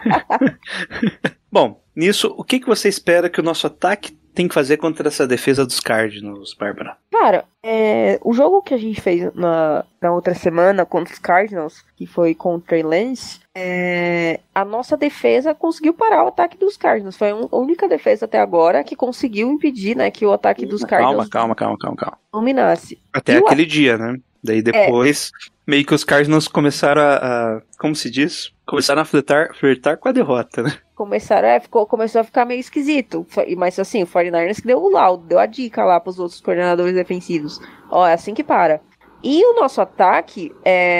D: Bom, nisso, o que, que você espera que o nosso ataque tem que fazer contra essa defesa dos Cardinals, Bárbara?
E: Cara, é, o jogo que a gente fez na, na outra semana contra os Cardinals, que foi contra o Trey Lance, é, a nossa defesa conseguiu parar o ataque dos Cardinals. Foi a única defesa até agora que conseguiu impedir, né, que o ataque dos Cardinals
D: Calma, calma, calma, calma, calma.
E: dominasse.
D: Até
E: E o
D: aquele dia, né? Daí depois, meio que os Cardinals começaram a, a- como se diz? Começaram a flertar, flertar com a derrota, né?
E: Começaram, é, ficou, começou a ficar meio esquisito. Foi- Mas assim, o quarenta e nine ers que deu o laudo, deu a dica lá pros outros coordenadores defensivos. Ó, é assim que para. E o nosso ataque, é,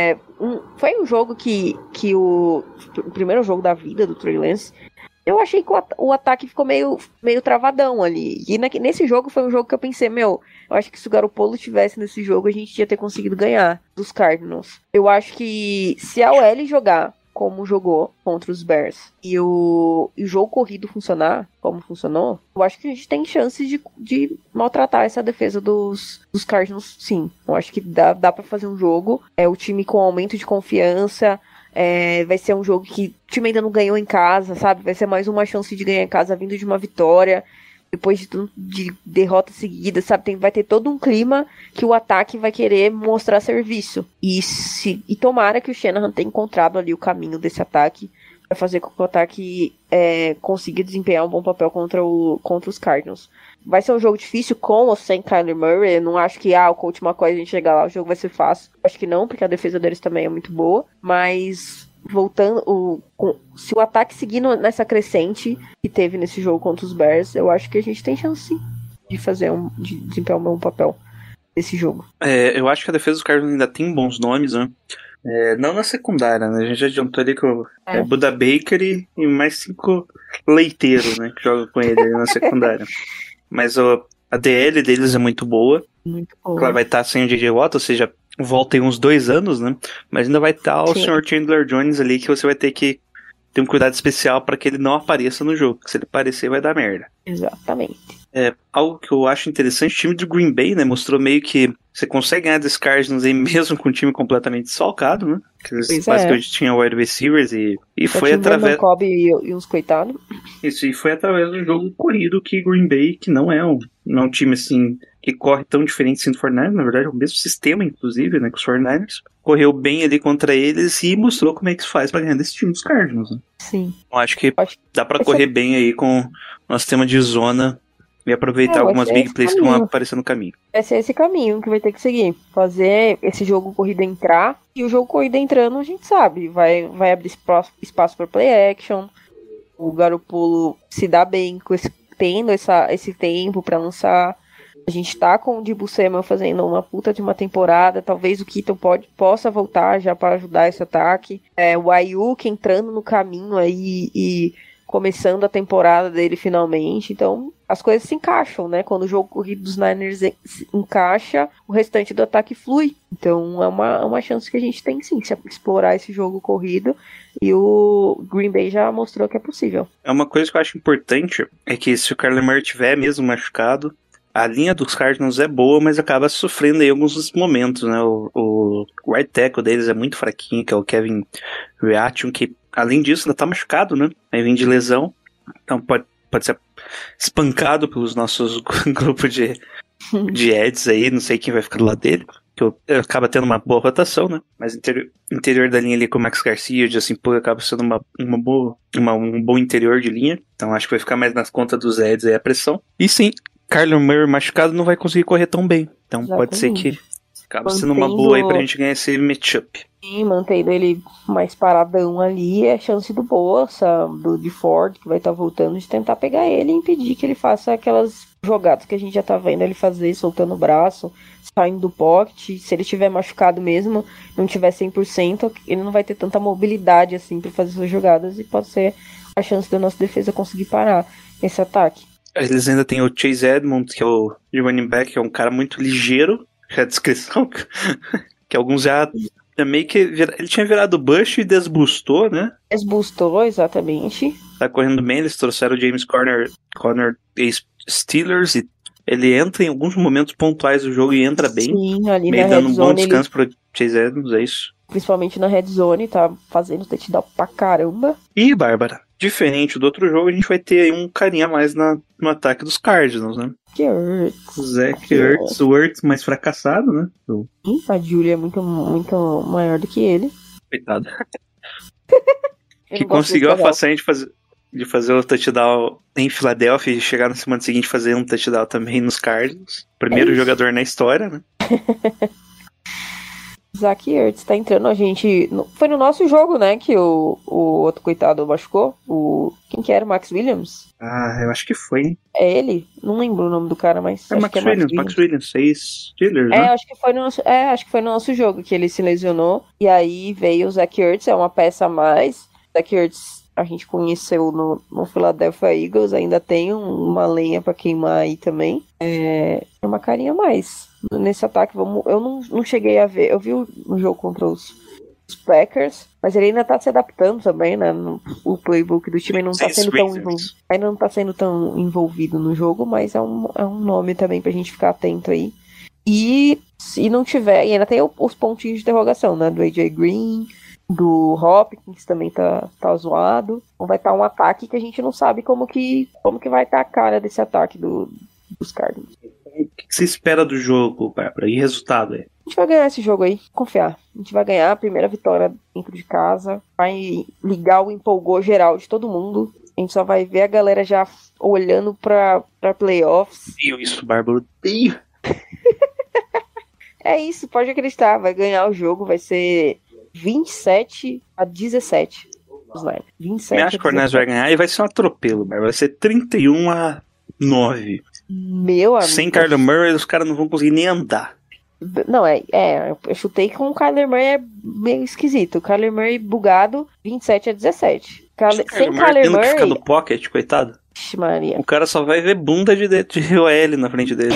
E: um, foi um jogo que, que o, o primeiro jogo da vida do Trey Lance, eu achei que o, at- o ataque ficou meio, meio travadão ali. E na, nesse jogo foi um jogo que eu pensei, meu, eu acho que se o Garoppolo tivesse nesse jogo, a gente ia ter conseguido ganhar dos Cardinals. Eu acho que se a O L jogar como jogou contra os Bears e o, e o jogo corrido funcionar como funcionou, eu acho que a gente tem chances de, de maltratar essa defesa dos, dos Cardinals, sim. Eu acho que dá, dá pra fazer um jogo, é o time com aumento de confiança, é, vai ser um jogo que o time ainda não ganhou em casa, sabe? Vai ser mais uma chance de ganhar em casa vindo de uma vitória, depois de, de derrotas seguidas, sabe? Tem, vai ter todo um clima que o ataque vai querer mostrar serviço. E, se, e tomara que o Shanahan tenha encontrado ali o caminho desse ataque para fazer com que o ataque é, consiga desempenhar um bom papel contra, o, contra os Cardinals. Vai ser um jogo difícil com ou sem Kyler Murray. Eu não acho que ah, o Colt McCoy, a gente chegar lá, o jogo vai ser fácil. Acho que não, porque a defesa deles também é muito boa. Mas voltando, o, com, se o ataque seguir no, nessa crescente que teve nesse jogo contra os Bears, eu acho que a gente tem chance sim de fazer um, de desempenhar um bom papel nesse jogo.
D: É, eu acho que a defesa dos Cardinals ainda tem bons nomes, né? É, não na secundária, né? A gente já adiantou ali que o
E: É.
D: é. Buda Baker e, e mais cinco leiteiros, né? Que jogam com ele ali na secundária. Mas ó, a D L deles é muito boa.
E: Muito bom.
D: Ela vai estar sem o J J Watt, ou seja, volta em uns dois anos, né? Mas ainda vai estar o
E: Sim.
D: senhor Chandler Jones ali, que você vai ter que ter um cuidado especial para que ele não apareça no jogo. Se ele aparecer, vai dar merda.
E: Exatamente.
D: É, algo que eu acho interessante, o time do Green Bay, né, mostrou meio que você consegue ganhar dos Cardinals aí mesmo com o time completamente desfalcado, né? Que eles
E: Pois é.
D: basicamente tinham wide receivers e, e
E: Só
D: foi
E: tinha o Brandon
D: através
E: Cobb e, e uns coitados.
D: isso, e foi através do jogo corrido que Green Bay, que não é um, não é um time assim que corre tão diferente assim do forty-niners, na verdade é o mesmo sistema inclusive, né, que os forty-niners, correu bem ali contra eles e mostrou como é que se faz pra ganhar desse time dos Cardinals, né?
E: Sim.
D: Eu acho que
E: Acho que
D: dá pra
E: esse
D: correr
E: é-
D: bem aí com o nosso tema de zona e aproveitar
E: É, vai
D: algumas
E: ser
D: big
E: esse
D: plays que vão
E: caminho.
D: aparecer no caminho.
E: Vai ser esse caminho que vai ter que seguir. Fazer esse jogo corrido entrar. E o jogo corrido entrando, a gente sabe. Vai, vai abrir espa- espaço para play action. O Garoppolo se dá bem com esse, tendo essa, esse tempo para lançar. A gente tá com o Deebo Samuel fazendo uma puta de uma temporada. Talvez o Kittle pode, possa voltar já para ajudar esse ataque. É, o Ayuk entrando no caminho aí e começando a temporada dele finalmente. Então, as coisas se encaixam, né? Quando o jogo corrido dos Niners en- se encaixa, o restante do ataque flui. Então, é uma, é uma chance que a gente tem, sim, de explorar esse jogo corrido. E o Green Bay já mostrou que é possível.
D: É uma coisa que eu acho importante, é que se o Kyler Murray tiver mesmo machucado, a linha dos Cardinals é boa, mas acaba sofrendo aí alguns momentos, né? O, o right tackle deles é muito fraquinho, que é o Kevin Reaction, que além disso ainda tá machucado, né? Aí vem de lesão, então pode, pode ser espancado pelos nossos grupos de, de Eds aí, não sei quem vai ficar do lado dele, que eu- acaba tendo uma boa rotação, né? Mas interior, interior da linha ali com o Max Garcia e o Justin Poole acaba sendo uma, uma boa, uma, um bom interior de linha, então acho que vai ficar mais nas contas dos Eds aí a pressão. E sim, Kyler Murray machucado não vai conseguir correr tão bem, então pode ser que acabe sendo uma boa aí pra gente ganhar esse matchup.
E: E mantendo ele mais paradão ali, é chance do Bossa, do de Ford, que vai estar voltando, de tentar pegar ele e impedir que ele faça aquelas jogadas que a gente já tá vendo ele fazer, soltando o braço, saindo do pocket. Se ele estiver machucado mesmo, não tiver cem por cento, ele não vai ter tanta mobilidade assim pra fazer essas jogadas e pode ser a chance da nossa defesa conseguir parar esse ataque.
D: Eles ainda tem o Chase Edmonds, que é o de running back, que é um cara muito ligeiro, que é a descrição, que alguns já, já meio que... vira- ele tinha virado bush e desbustou, né?
E: Esbustou, exatamente.
D: Tá correndo bem, eles trouxeram o James Conner, Conner ex-Steelers, e ele entra em alguns momentos pontuais do jogo e entra bem,
E: Sim, ali
D: meio
E: na
D: dando
E: red
D: um bom
E: zone, ele,
D: descanso pro Chase Edmonds, é isso.
E: principalmente na red zone, tá fazendo touchdown pra caramba.
D: E, Bárbara, diferente do outro jogo, a gente vai ter aí um carinha a mais na, no ataque dos Cardinals, né?
E: Que hurts.
D: O Zach Ertz, o Ertz mais fracassado, né? O
E: A Julia é muito, muito maior do que ele.
D: coitado.
E: Eu
D: Que
E: não gosto
D: conseguiu
E: desse
D: a
E: legal.
D: façanha de fazer, de fazer o touchdown em Filadélfia e chegar na semana seguinte fazer um touchdown também nos Cardinals. Primeiro
E: É isso.
D: jogador na história, né?
E: Zach Ertz tá entrando, a gente... Foi no nosso jogo, né, que o, o outro coitado machucou. O... Quem que era? O Max Williams?
D: Ah, eu acho que foi, hein?
E: É ele? Não lembro o nome do cara, mas...
D: É
E: acho
D: Max
E: que é
D: Williams, Max Williams, seis Steelers,
E: É,
D: né?
E: acho que foi no nosso, é, acho que foi no nosso jogo que ele se lesionou. E aí veio o Zach Ertz, é uma peça a mais. Zach Ertz a gente conheceu no, no Philadelphia Eagles, ainda tem um, uma lenha pra queimar aí também. É, é uma carinha a mais. Nesse ataque, vamos, eu não, não cheguei a ver. Eu vi o, o jogo contra os, os Packers, mas ele ainda tá se adaptando também, né? No, o playbook do time não tá sendo tão envolvido, ainda não tá sendo tão envolvido no jogo, mas é um, é um nome também pra gente ficar atento aí. E se não tiver, e ainda tem os pontinhos de interrogação, né? Do A J Green, do Hopkins também tá, tá zoado. Então vai estar tá um ataque que a gente não sabe como que, como que vai estar tá a cara desse ataque do, dos Cardinals.
D: O que você espera do jogo, Bárbara? E resultado aí?
E: A gente vai ganhar esse jogo aí, confiar. A gente vai ganhar a primeira vitória dentro de casa. Vai ligar o empolgou geral de todo mundo. A gente só vai ver a galera já olhando pra, pra playoffs.
D: Odeio isso, Bárbara. Odeio.
E: É isso, pode acreditar. Vai ganhar o jogo, vai ser vinte e sete a dezessete. vinte e sete
D: Eu acho que o Cornelius vai ganhar e vai ser um atropelo, Bárbara. Vai ser trinta e um a nove.
E: Meu amigo.
D: Sem Kyler Murray, os caras não vão conseguir nem andar.
E: Não, é, é, eu chutei com o Kyler Murray, é meio esquisito. O Kyler Murray bugado, vinte e sete a dezessete. Kyler, sem
D: Murray
E: Kyler
D: tendo que ficar
E: Murray...
D: no pocket, coitado.
E: Ixi, Maria.
D: O cara só vai ver bunda de, de O L na frente dele.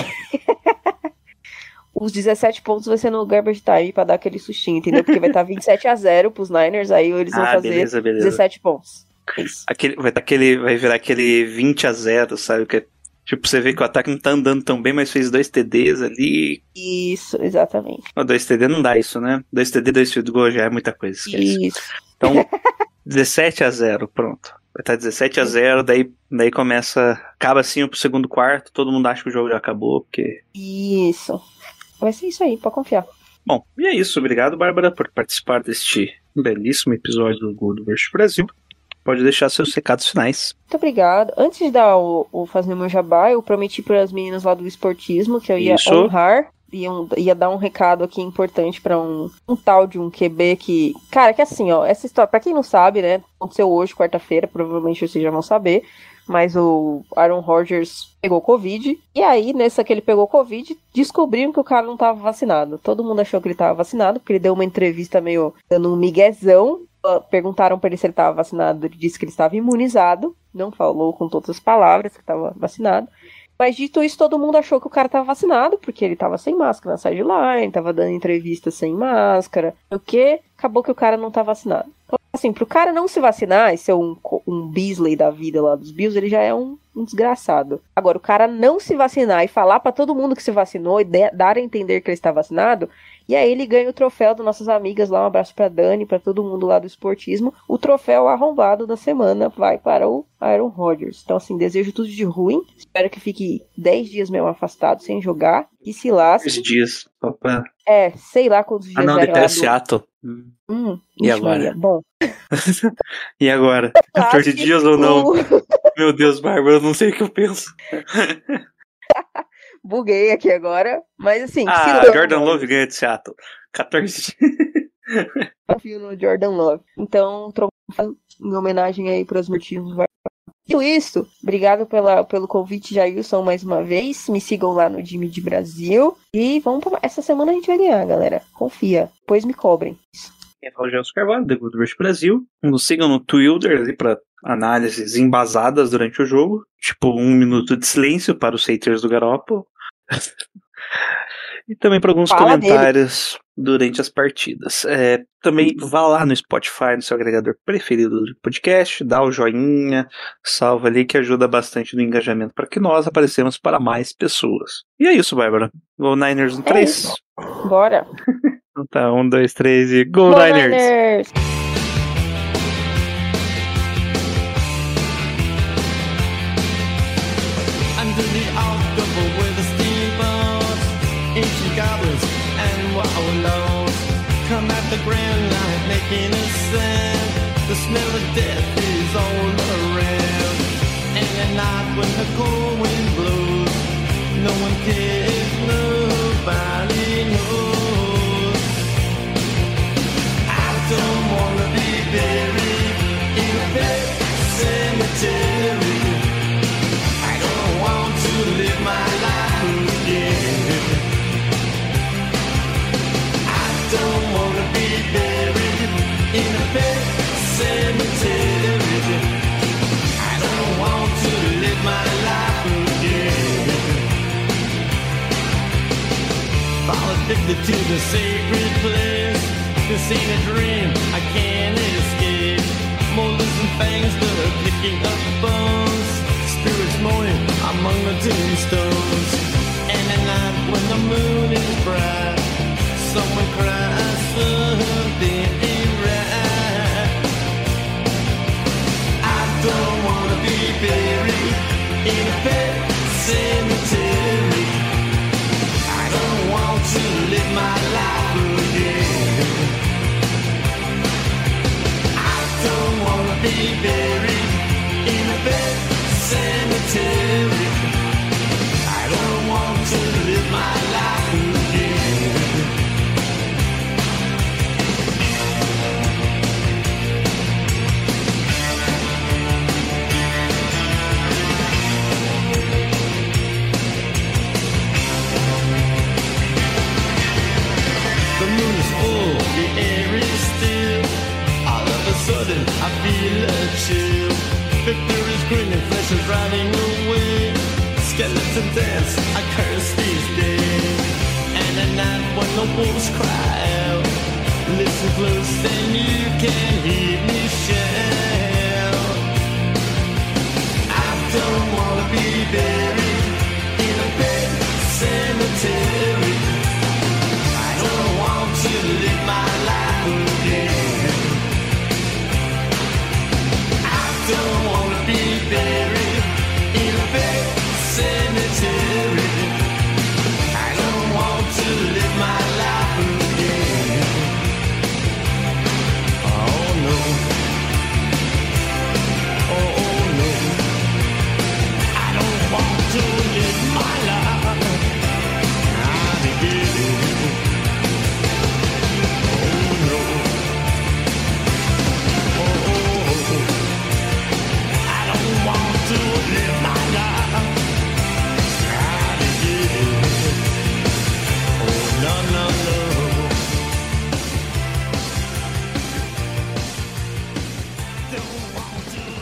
E: Os dezessete pontos vai ser no garbage time pra dar aquele sustinho, entendeu? Porque vai estar vinte e sete a zero pros Niners, aí eles vão
D: Ah,
E: fazer
D: beleza, beleza.
E: dezessete pontos. Isso.
D: Aquele, vai, tá aquele, vai virar aquele vinte a zero, sabe? Que é, tipo, você vê que o ataque não tá andando tão bem, mas fez dois T Ds ali.
E: Isso, exatamente.
D: Oh, dois T D não dá isso, né? dois T D, dois field goal já é muita coisa. Esquece.
E: Isso.
D: Então, dezessete a zero, pronto. Vai estar dezessete a zero, daí, daí começa... Acaba assim pro segundo quarto, todo mundo acha que o jogo já acabou, porque...
E: Isso. Vai ser isso aí, pode confiar.
D: Bom, e é isso. Obrigado, Bárbara, por participar deste belíssimo episódio do Gordo versus Brasil. Pode deixar seus recados finais.
E: Muito obrigado. Antes de dar o, o fazer meu jabá, eu prometi para as meninas lá do esportismo que eu ia
D: Isso.
E: honrar. Ia, um, ia dar um recado aqui importante para um, um tal de um Q B que... Cara, que assim, ó, essa história, pra quem não sabe, né, aconteceu hoje, quarta-feira, provavelmente vocês já vão saber, mas o Aaron Rodgers pegou Covid, e aí, nessa que ele pegou Covid, descobriram que o cara não tava vacinado. Todo mundo achou que ele tava vacinado, porque ele deu uma entrevista meio dando um miguezão. Perguntaram pra ele se ele tava vacinado, ele disse que ele estava imunizado, não falou com todas as palavras que estava vacinado. Mas dito isso, todo mundo achou que o cara tava vacinado, porque ele tava sem máscara na sideline, tava dando entrevista sem máscara, o que? Acabou que o cara não tá vacinado. Então, assim, pro cara não se vacinar e ser um, um Beasley da vida lá dos Bills, ele já é um, um desgraçado. Agora, o cara não se vacinar e falar pra todo mundo que se vacinou e de, dar a entender que ele está vacinado, e aí ele ganha o troféu das nossas amigas lá, um abraço pra Dani, pra todo mundo lá do esportismo. O troféu arrombado da semana vai para o Aaron Rodgers. Então, assim, desejo tudo de ruim. Espero que fique dez dias mesmo afastado, sem jogar. E se lasque.
D: dez dias. Só pra...
E: É, sei lá quantos dias.
D: Ah, não,
E: era
D: ele tá
E: lá
D: em
E: do...
D: Seattle.
E: Hum,
D: E
E: ixi,
D: agora?
E: Maria. Bom.
D: E agora? quatorze dias ou não?
E: O...
D: Meu Deus, Bárbara, eu não sei o que eu penso.
E: Buguei aqui agora. Mas, assim...
D: Ah,
E: se
D: Jordan Love ganha de Seattle. quatorze dias.
E: Confio no Jordan Love. Então, trocando em homenagem aí para os motivos. Dito isso, obrigado pela, pelo convite, Jailson, mais uma vez. Me sigam lá no Jimmy de Brasil. E vamos pra... essa semana a gente vai ganhar, galera. Confia. Depois me cobrem.
D: Quem fala é o Gelson Carvalho, The Good versus Brasil. Nos sigam no Twitter ali para análises embasadas durante o jogo. Tipo, um minuto de silêncio para os haters do Garoppolo. E também para alguns
E: Fala
D: comentários dele durante as partidas. É, também vá lá no Spotify, no seu agregador preferido do podcast, dá o joinha, salva ali que ajuda bastante no engajamento para que nós aparecemos para mais pessoas. E é isso, Bárbara. Go Niners no três.
E: É Bora.
D: Então tá, um, dois, três e Go,
E: Go
D: Niners!
E: Niners!
F: Under the October with the steamboats, ancient goblins and wallows come at the grand line making a sound. The smell of death is all around. And at night when the cold wind blows, no one cares, nobody knows. cemetery. I don't want to live my life again. I don't want to be buried in a pet cemetery. I don't want to live my life again. Fall addicted to the sacred place. This ain't a dream, I can't escape. Molars and fangs that are picking up bones. Spirits moaning among the tombstones. And at night when the moon is bright, someone cries something ain't right. I don't wanna be buried in a pet cemetery. I don't want to live my life again. I don't wanna be buried in a pet cemetery. I don't want to live my life again. The moon is full, the air is still. All of a sudden, I feel a chill. Victor is grinning, flesh is rotting away. Skeleton dance, I curse these days. And at night when the wolves cry out, listen close and you can hear me shout. I don't wanna be buried in a pet cemetery. I don't want to live my life again. I don't wanna be buried in a pet cemetery. I don't want to live my life again. Oh no. Oh no. I don't want to live my life again. Oh no. Oh, I don't want to live my life again. Oh no no no. Don't want to